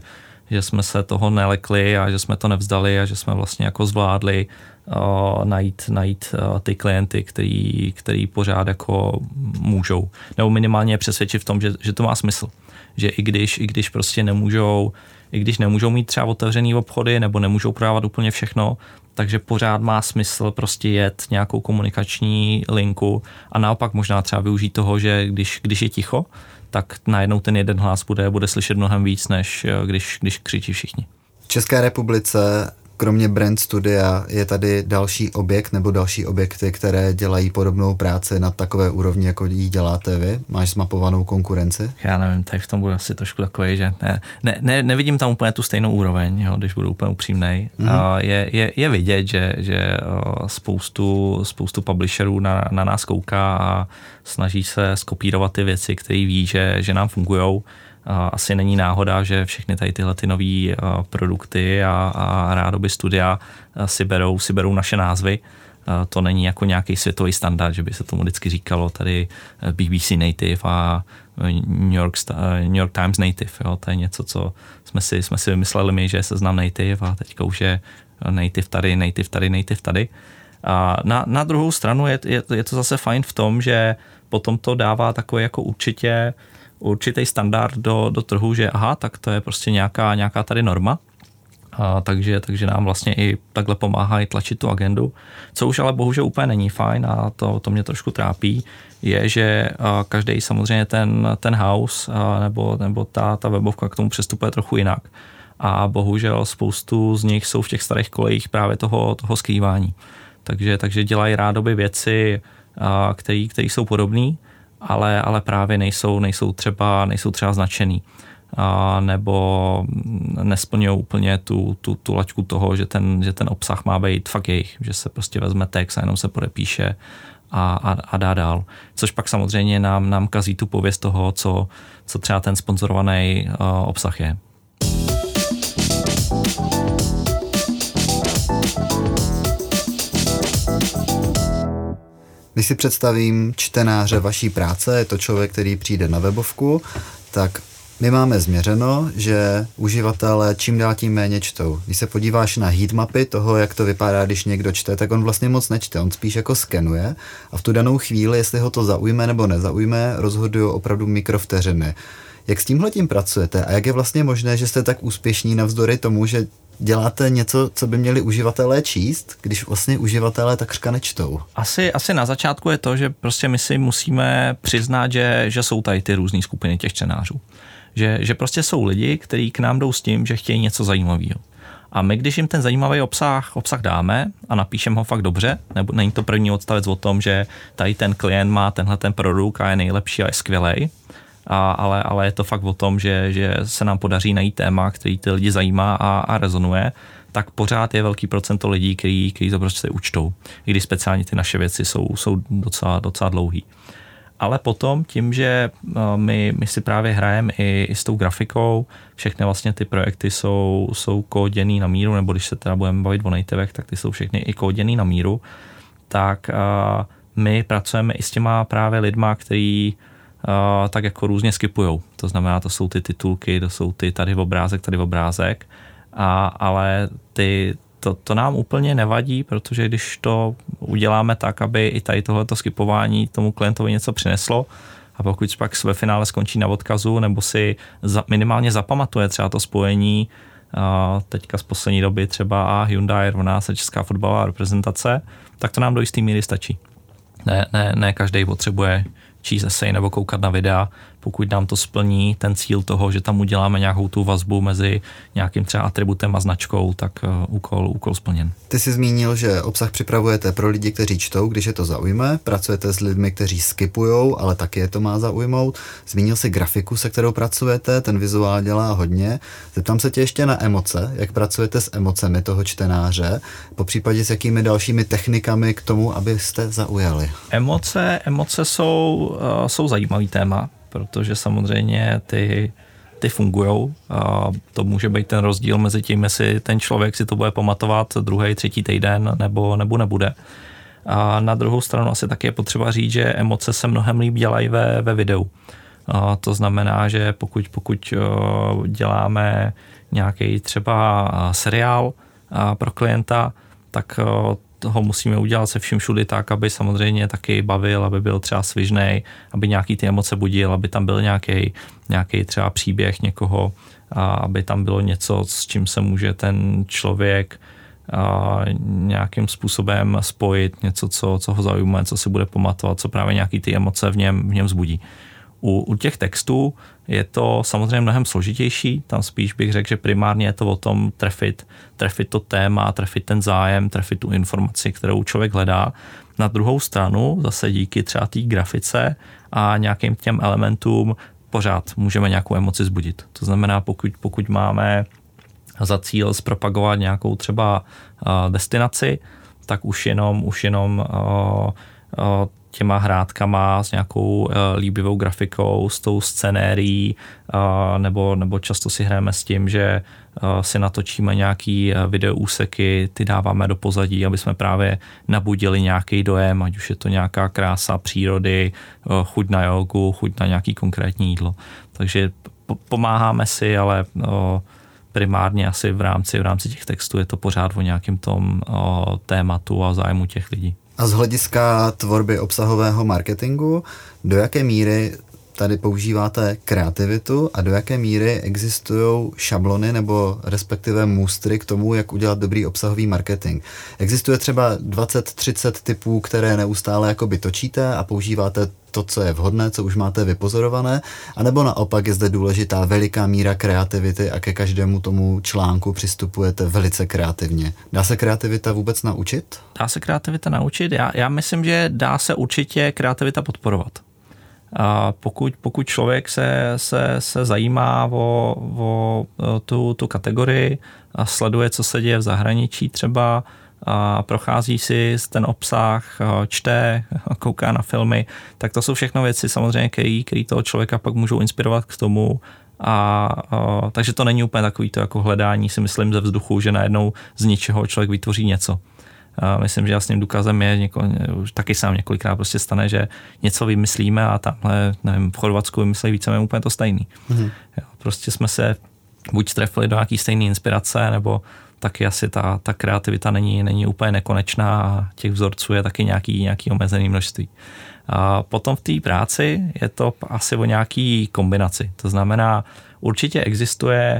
že jsme se toho nelekli a že jsme to nevzdali a že jsme vlastně jako zvládli uh, najít, najít uh, ty klienty, který, který pořád jako můžou. Nebo minimálně přesvědčit v tom, že, že to má smysl. Že i když, i když prostě nemůžou, i když nemůžou mít třeba otevřený obchody nebo nemůžou prodávat úplně všechno, takže pořád má smysl prostě jet nějakou komunikační linku a naopak možná třeba využít toho, že když, když je ticho, tak najednou ten jeden hlas bude, bude slyšet mnohem víc, než když, když křičí všichni. V České republice kromě Brand Studia je tady další objekt nebo další objekty, které dělají podobnou práci na takové úrovni, jako ji děláte vy? Máš zmapovanou konkurenci? Já nevím, tady v tom budu asi trošku takový, že ne, ne, ne, nevidím tam úplně tu stejnou úroveň, jo, když budu úplně upřímnej. Mm-hmm. Je, je, je vidět, že, že spoustu, spoustu publisherů na, na nás kouká a snaží se skopírovat ty věci, které ví, že, že nám fungujou. Asi není náhoda, že všechny tady tyhle ty nový produkty a, a rádoby studia si berou, si berou naše názvy. To není jako nějaký světový standard, že by se tomu vždycky říkalo tady B B C Native a New York, New York Times Native. Jo? To je něco, co jsme si, jsme si vymysleli my, že je Seznam Native a teďka už je Native tady, Native tady, Native tady. A na, na druhou stranu je, je, je to zase fajn v tom, že potom to dává takový jako určitě určitý standard do, do trhu, že aha, tak to je prostě nějaká, nějaká tady norma, a takže, takže nám vlastně i takhle pomáhá i tlačit tu agendu. Co už ale bohužel úplně není fajn a to, to mě trošku trápí, je, že každý samozřejmě ten, ten house nebo, nebo ta, ta webovka k tomu přistupuje trochu jinak. A bohužel spoustu z nich jsou v těch starých kolejích právě toho, toho skrývání. Takže, takže dělají rádoby věci, které jsou podobné, ale, ale právě nejsou, nejsou, třeba, nejsou třeba značený. A nebo nesplňují úplně tu, tu, tu laťku toho, že ten, že ten obsah má být fakt jejich, že se prostě vezme text a jenom se podepíše a, a, a dá dál. Což pak samozřejmě nám, nám kazí tu pověst toho, co, co třeba ten sponzorovaný uh, obsah je. Když si představím čtenáře vaší práce, je to člověk, který přijde na webovku, tak my máme změřeno, že uživatelé čím dál tím méně čtou. Když se podíváš na heatmapy toho, jak to vypadá, když někdo čte, tak on vlastně moc nečte, on spíš jako skenuje a v tu danou chvíli, jestli ho to zaujme nebo nezaujme, rozhodují opravdu mikrovteřiny. Jak s tímhletím pracujete a jak je vlastně možné, že jste tak úspěšní navzdory tomu, že děláte něco, co by měli uživatelé číst, když vlastně uživatelé takřka nečtou? Asi, asi na začátku je to, že prostě my si musíme přiznat, že, že jsou tady ty různé skupiny těch čtenářů. Že, že prostě jsou lidi, kteří k nám jdou s tím, že chtějí něco zajímavého. A my, když jim ten zajímavý obsah, obsah dáme a napíšeme ho fakt dobře, nebo není to první odstavec o tom, že tady ten klient má tenhle ten produkt a je nejlepší a je skvělej, a, ale, ale je to fakt o tom, že, že se nám podaří najít téma, který ty lidi zajímá a, a rezonuje, tak pořád je velký procento lidí, který, který to prostě učtou. I když speciálně ty naše věci jsou, jsou docela, docela dlouhý. Ale potom tím, že my, my si právě hrajeme i, i s tou grafikou, všechny vlastně ty projekty jsou, jsou kóděný na míru, nebo když se teda budeme bavit o nativech, tak ty jsou všechny i kóděný na míru, tak uh, my pracujeme i s těma právě lidma, který uh, tak jako různě skipujou. To znamená, to jsou ty titulky, to jsou ty tady obrázek, tady obrázek, a, ale ty To, to nám úplně nevadí, protože když to uděláme tak, aby i tady tohleto skipování tomu klientovi něco přineslo a pokud pak ve finále skončí na odkazu nebo si za, minimálně zapamatuje třeba to spojení a teďka z poslední doby třeba a Hyundai rovná se česká fotbalová reprezentace, tak to nám do jistý míry stačí. Ne, ne, ne každý potřebuje číst esej nebo koukat na videa, pokud nám to splní ten cíl toho, že tam uděláme nějakou tu vazbu mezi nějakým třeba atributem a značkou, tak uh, úkol, úkol splněn. Ty jsi zmínil, že obsah připravujete pro lidi, kteří čtou, když je to zaujme, pracujete s lidmi, kteří skipujou, ale taky je to má zaujmout. Zmínil jsi grafiku, se kterou pracujete, ten vizuál dělá hodně. Zeptám se tě ještě na emoce, jak pracujete s emocemi toho čtenáře, popřípadě s jakými dalšími technikami k tomu, abyste zaujali. Emoce, emoce jsou, uh, jsou zajímavý téma, protože samozřejmě ty, ty fungujou. A to může být ten rozdíl mezi tím, jestli ten člověk si to bude pamatovat druhý, třetí týden nebo, nebo nebude. A na druhou stranu asi taky je potřeba říct, že emoce se mnohem líp dělají ve, ve videu. To znamená, že pokud, pokud děláme nějaký třeba seriál pro klienta, tak ho musíme udělat se vším všudy tak, aby samozřejmě taky bavil, aby byl třeba svižnej, aby nějaký ty emoce budil, aby tam byl nějaký, nějaký třeba příběh někoho, a aby tam bylo něco, s čím se může ten člověk a nějakým způsobem spojit, něco, co, co ho zaujme, co si bude pamatovat, co právě nějaký ty emoce v něm, v něm vzbudí. U, u těch textů je to samozřejmě mnohem složitější, tam spíš bych řekl, že primárně je to o tom trefit, trefit to téma, trefit ten zájem, trefit tu informaci, kterou člověk hledá. Na druhou stranu zase díky třeba té grafice a nějakým těm elementům pořád můžeme nějakou emoci vzbudit. To znamená, pokud, pokud máme za cíl zpropagovat nějakou třeba uh, destinaci, tak už jenom, už jenom uh, uh, těma hrádkama s nějakou uh, líbivou grafikou, s tou scenérií, uh, nebo, nebo často si hrajeme s tím, že uh, si natočíme nějaký uh, videoúseky, ty dáváme do pozadí, aby jsme právě nabudili nějaký dojem, ať už je to nějaká krása přírody, uh, chuť na jogu, chuť na nějaký konkrétní jídlo. Takže po- pomáháme si, ale uh, primárně asi v rámci, v rámci těch textů je to pořád o nějakém tom o, tématu a zájmu těch lidí. A z hlediska tvorby obsahového marketingu, do jaké míry tady používáte kreativitu a do jaké míry existují šablony nebo respektive můstry k tomu, jak udělat dobrý obsahový marketing? Existuje třeba dvacet třicet typů, které neustále jakoby točíte a používáte to, co je vhodné, co už máte vypozorované, anebo naopak je zde důležitá veliká míra kreativity a ke každému tomu článku přistupujete velice kreativně. Dá se kreativita vůbec naučit? Dá se kreativita naučit? Já, já myslím, že dá se určitě kreativita podporovat. A pokud, pokud člověk se, se, se zajímá o, o tu, tu kategorii a sleduje, co se děje v zahraničí třeba, a prochází si ten obsah, čte, kouká na filmy, tak to jsou všechno věci samozřejmě, které, které toho člověka pak můžou inspirovat k tomu. A, a takže to není úplně takový to jako hledání, si myslím, ze vzduchu, že najednou z ničeho člověk vytvoří něco. A myslím, že jasným důkazem je, něko, už taky sám několikrát prostě stane, že něco vymyslíme a tamhle, nevím, v Chorvatsku vymyslí víceméně úplně to stejný. Mm-hmm. Jo, prostě jsme se buď trefili do nějaký stejné inspirace, nebo taky asi ta, ta kreativita není, není úplně nekonečná a těch vzorců je taky nějaký, nějaký omezený množství. A potom v té práci je to asi o nějaký kombinaci. To znamená, určitě existuje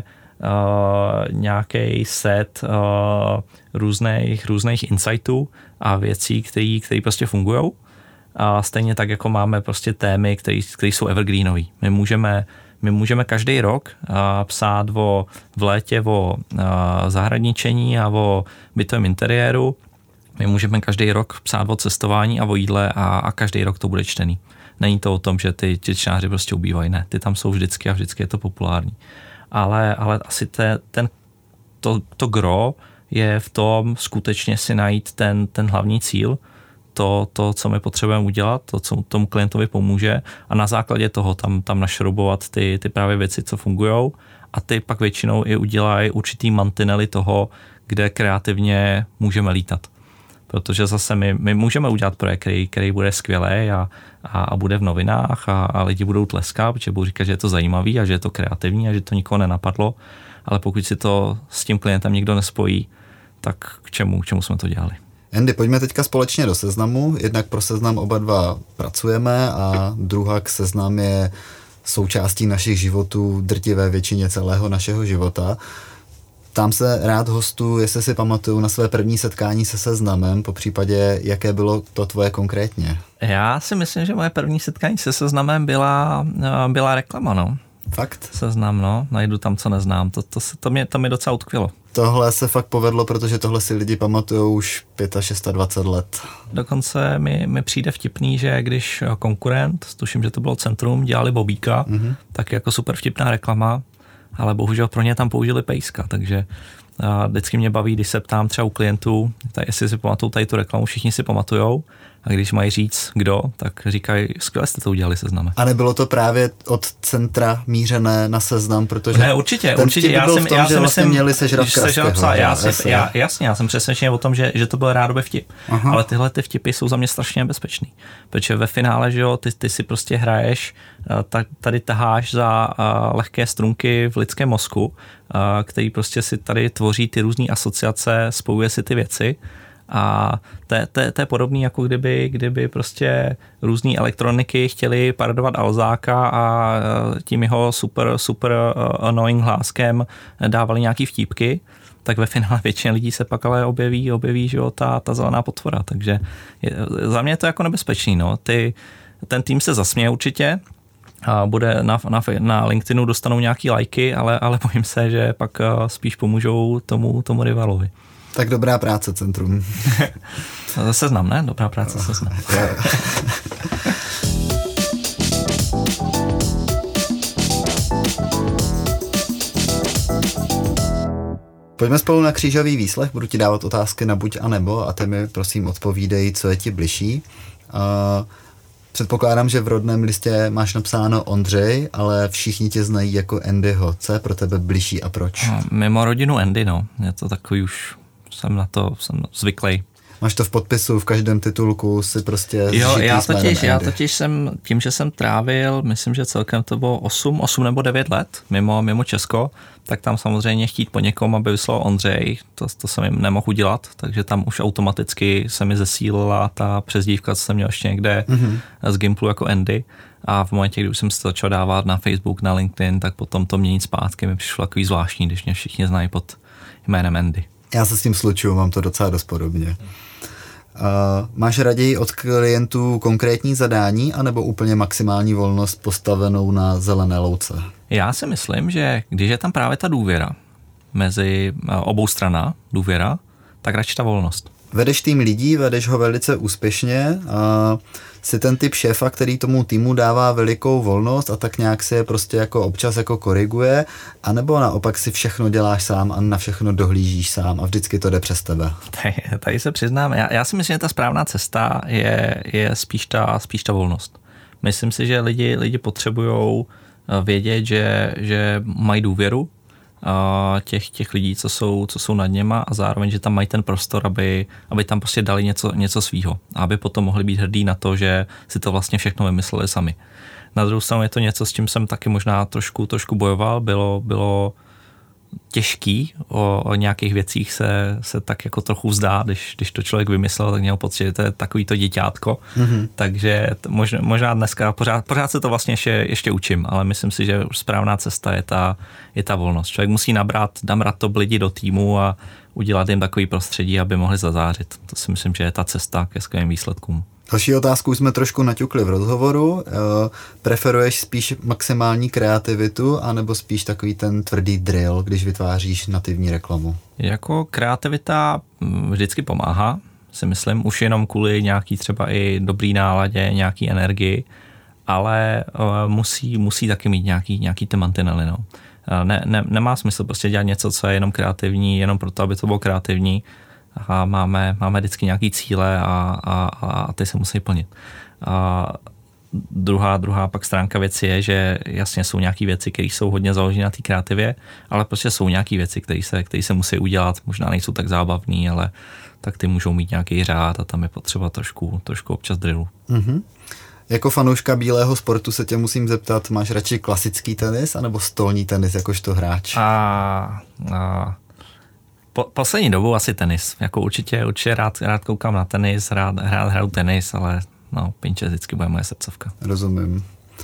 uh, nějaký set uh, různých, různých insightů a věcí, které prostě fungují. A stejně tak, jako máme prostě témy, které jsou evergreenový. My můžeme My můžeme každý rok uh, psát o, v létě o uh, zahradničení a o bytovém interiéru. My můžeme každý rok psát o cestování a o jídle a, a každý rok to bude čtený. Není to o tom, že ty, ty čtenáři prostě ubývají. Ne, ty tam jsou vždycky a vždycky je to populární. Ale, ale asi te, ten, to, to gro je v tom skutečně si najít ten, ten hlavní cíl, To, to, co my potřebujeme udělat, to, co tomu klientovi pomůže a na základě toho tam, tam našroubovat ty, ty právě věci, co fungujou a ty pak většinou i udělají určitý mantinely toho, kde kreativně můžeme lítat. Protože zase my, my můžeme udělat projekt, který, který bude skvělý a, a, a bude v novinách a, a lidi budou tleskat, protože budou říkat, že je to zajímavý a že je to kreativní a že to nikoho nenapadlo, ale pokud si to s tím klientem nikdo nespojí, tak k čemu, k čemu jsme to dělali? Andy, pojďme teďka společně do Seznamu. Jednak pro Seznam oba dva pracujeme a druhak Seznam je součástí našich životů, drtivé většině celého našeho života. Ptám se rád hostů, jestli si pamatuju na své první setkání se Seznamem, popřípadě jaké bylo to tvoje konkrétně? Já si myslím, že moje první setkání se Seznamem byla, byla reklama, no. Fakt? Seznam, no, najdu tam, co neznám. To, to, to, mě, to mě docela utkvělo. Tohle se fakt povedlo, protože tohle si lidi pamatujou už dvacet pět let. Dokonce mi, mi přijde vtipný, že když konkurent, tuším, že to bylo Centrum, dělali Bobíka, mm-hmm. tak jako super vtipná reklama, ale bohužel pro ně tam použili pejska, takže a vždycky mě baví, když se ptám třeba u klientů, tak jestli si pamatují tady tu reklamu, všichni si pamatujou, a když mají říct kdo, tak říkají, skvěle jste to udělali, Sezname. A nebylo to právě od centra mířené na Seznam, protože ne, určitě, určitě. Já jsem, tom, já jsem vlastně měli sežrat Kraského. Já, já, jasně, já jsem přesvědčený o tom, že, že to byl rádoby vtip. Aha. Ale tyhle ty vtipy jsou za mě strašně nebezpečný. Protože ve finále, že jo, ty, ty si prostě hraješ, tak tady taháš za uh, lehké strunky v lidském mozku, uh, který prostě si tady tvoří ty různé asociace, spojuje si ty věci. A to, to, to je podobný, jako kdyby, kdyby prostě různý elektroniky chtěli parodovat Alzáka a tím jeho super, super annoying hláskem dávali nějaký vtípky, tak ve finále většina lidí se pak ale objeví, objeví že jo, ta, ta zelená potvora. Takže je, za mě je to jako nebezpečný. No. Ty, ten tým se zasměje určitě, a bude na, na, na LinkedInu dostanou nějaký lajky, ale, ale bojím se, že pak spíš pomůžou tomu, tomu rivalovi. Tak dobrá práce, Centrum. Seznam, ne? Dobrá práce, Seznam. Pojďme spolu na křížový výslech, budu ti dávat otázky na buď a nebo a ty mi prosím odpovídej, co je ti bližší. Uh, předpokládám, že v rodném listě máš napsáno Ondřej, ale všichni tě znají jako Andyho. Co je pro tebe bližší a proč? No, mimo rodinu Andy, no. Je to takový už... Jsem na to jsem zvyklý. Máš to v podpisu, v každém titulku si prostě jo, já totiž, já totiž jsem, tím, že jsem trávil, myslím, že celkem to bylo osm, osm nebo devět let mimo, mimo Česko, tak tam samozřejmě chtít po někom, aby vyslal Ondřej, to, to jsem jim nemohl udělat, takže tam už automaticky se mi zesílila ta přezdívka, co jsem měl ještě někde mm-hmm. z Gimplu jako Andy. A v momentě, kdy už jsem se to začal dávat na Facebook, na LinkedIn, tak potom to měnit zpátky mi přišlo takový zvláštní, když mě všichni znají pod jménem Andy. Já se s tím slučuju, mám to docela dost podobně. Uh, máš raději od klientů konkrétní zadání anebo úplně maximální volnost postavenou na zelené louce? Já si myslím, že když je tam právě ta důvěra mezi obou strana, důvěra, tak radši ta volnost. Vedeš tým lidí, vedeš ho velice úspěšně a jsi ten typ šéfa, který tomu týmu dává velikou volnost a tak nějak si je prostě jako občas jako koriguje, anebo naopak si všechno děláš sám a na všechno dohlížíš sám a vždycky to jde přes tebe? Tady, tady se přiznám, já, já si myslím, že ta správná cesta je, je spíš, ta, spíš ta volnost. Myslím si, že lidi, lidi potřebují vědět, že, že mají důvěru těch, těch lidí, co jsou, co jsou nad něma a zároveň, že tam mají ten prostor, aby, aby tam prostě dali něco, něco svýho a aby potom mohli být hrdí na to, že si to vlastně všechno vymysleli sami. Na druhou stranu je to něco, s čím jsem taky možná trošku, trošku bojoval, bylo, bylo těžký o, o nějakých věcích se, se tak jako trochu vzdá, když, když to člověk vymyslel, tak měl pocit, že to je takový to děťátko, mm-hmm. takže možná, možná dneska pořád, pořád se to vlastně ještě, ještě učím, ale myslím si, že správná cesta je ta, je ta volnost. Člověk musí nabrat, nabrat to lidi do týmu a udělat jim takový prostředí, aby mohli zazářit. To si myslím, že je ta cesta ke skvělým výsledkům. Další otázku jsme trošku naťukli v rozhovoru. Preferuješ spíš maximální kreativitu anebo spíš takový ten tvrdý drill, když vytváříš nativní reklamu? Jako kreativita vždycky pomáhá, si myslím, už jenom kvůli nějaký třeba i dobrý náladě, nějaký energii, ale musí, musí taky mít nějaký, nějaký ty mantinely, no. Ne, ne, nemá smysl prostě dělat něco, co je jenom kreativní, jenom proto, aby to bylo kreativní. A máme, máme vždycky nějaký cíle a, a, a ty se musí plnit. A druhá, druhá pak stránka věci je, že jasně jsou nějaké věci, které jsou hodně založené na té kreativě, ale prostě jsou nějaké věci, které se, které se musí udělat, možná nejsou tak zábavný, ale tak ty můžou mít nějaký řád a tam je potřeba trošku, trošku občas drillu. Mm-hmm. Jako fanouška bílého sportu se tě musím zeptat, máš radši klasický tenis anebo stolní tenis jakožto hráč? A... a Po, poslední dobou asi tenis. Jako určitě, určitě rád, rád koukám na tenis, rád, rád hraju tenis, ale no, pinče vždycky bude moje srdcovka. Rozumím.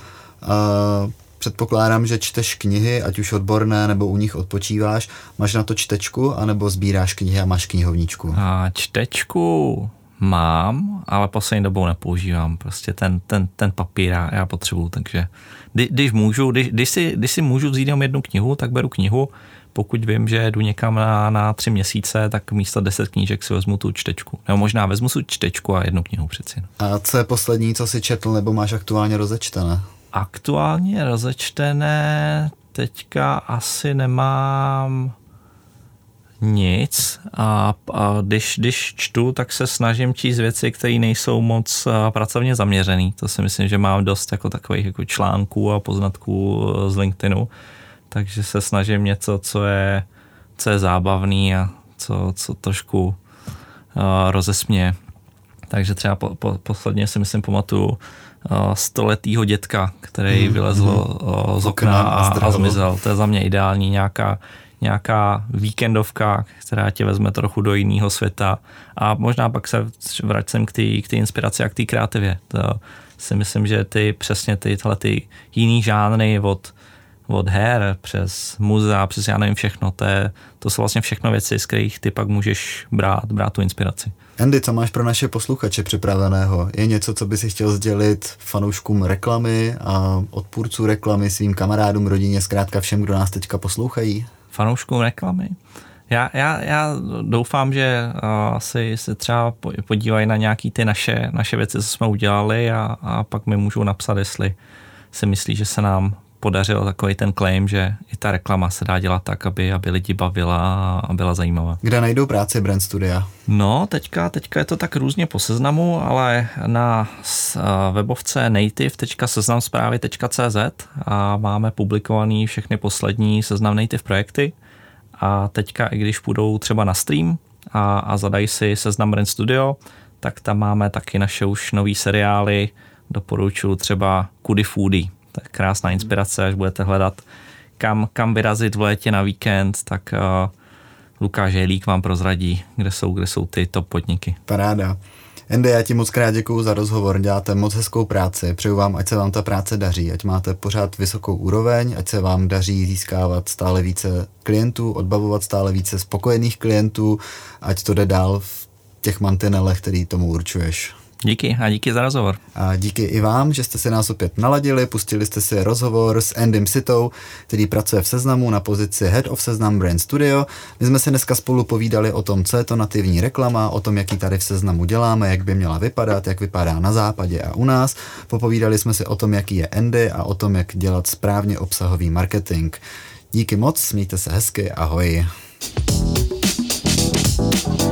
Uh, předpokládám, že čteš knihy, ať už odborné, nebo u nich odpočíváš. Máš na to čtečku, anebo sbíráš knihy a máš knihovničku? A čtečku mám, ale poslední dobou nepoužívám. Prostě ten, ten, ten papír já, já potřebuju, takže kdy, když můžu, když, když, si, když si můžu vzít jenom jednu knihu, tak beru knihu. Pokud vím, že jdu někam na, na tři měsíce, tak místo deset knížek si vezmu tu čtečku. Nebo možná vezmu si čtečku a jednu knihu přeci. A co je poslední, co jsi četl, nebo máš aktuálně rozečtené? Aktuálně rozečtené teďka asi nemám Nic a, a když, když čtu, tak se snažím číst věci, které nejsou moc pracovně zaměřený. To si myslím, že mám dost jako takových jako článků a poznatků z LinkedInu, takže se snažím něco, co je, co je zábavný a co, co trošku uh, rozesměje. Takže třeba po, po, posledně si myslím pamatuju uh, stoletýho dětka, který mm, vylezl uh, z okna a, a zmizel. To je za mě ideální nějaká nějaká víkendovka, která tě vezme trochu do jiného světa a možná pak se vracím k té k inspiraci a k té kreativě. To si myslím, že ty přesně tyhle ty jiný žánry od, od her přes muzea, přes já nevím všechno, to, je, to jsou vlastně všechno věci, z kterých ty pak můžeš brát, brát tu inspiraci. Andy, co máš pro naše posluchače připraveného? Je něco, co by si chtěl sdělit fanouškům reklamy a odpůrců reklamy, svým kamarádům, rodině, zkrátka všem, kdo nás teďka poslouchají? Fanouškům reklamy? Já, já, já doufám, že uh, si, si třeba podívají na nějaký ty naše, naše věci, co jsme udělali a, a pak mi můžou napsat, jestli si myslí, že se nám podařil takový ten claim, že i ta reklama se dá dělat tak, aby, aby lidi bavila a byla zajímavá. Kde najdou práci Brand Studia? No, teďka, teďka je to tak různě po seznamu, ale na webovce native tečka seznam zprávy tečka cé zet a máme publikovaný všechny poslední seznam native projekty a teďka, i když půjdou třeba na stream a, a zadají si seznam Brand Studio, tak tam máme taky naše už nový seriály, doporučuji třeba Kudy Foodie. To je krásná inspirace, až budete hledat, kam, kam vyrazit v létě na víkend, tak uh, Lukáš Jelík vám prozradí, kde jsou, kde jsou ty top podniky. Paráda. Andy, já ti moc krát děkuju za rozhovor, děláte moc hezkou práci, přeju vám, ať se vám ta práce daří, ať máte pořád vysokou úroveň, ať se vám daří získávat stále více klientů, odbavovat stále více spokojených klientů, ať to jde dál v těch mantinelech, který tomu určuješ. Díky a díky za rozhovor. A díky i vám, že jste si nás opět naladili, pustili jste si rozhovor s Andym Sitou, který pracuje v Seznamu na pozici Head of Seznam Brand Studio. My jsme se dneska spolu povídali o tom, co je to nativní reklama, o tom, jaký tady v Seznamu děláme, jak by měla vypadat, jak vypadá na západě a u nás. Popovídali jsme si o tom, jaký je Andy a o tom, jak dělat správně obsahový marketing. Díky moc, mějte se hezky, ahoj.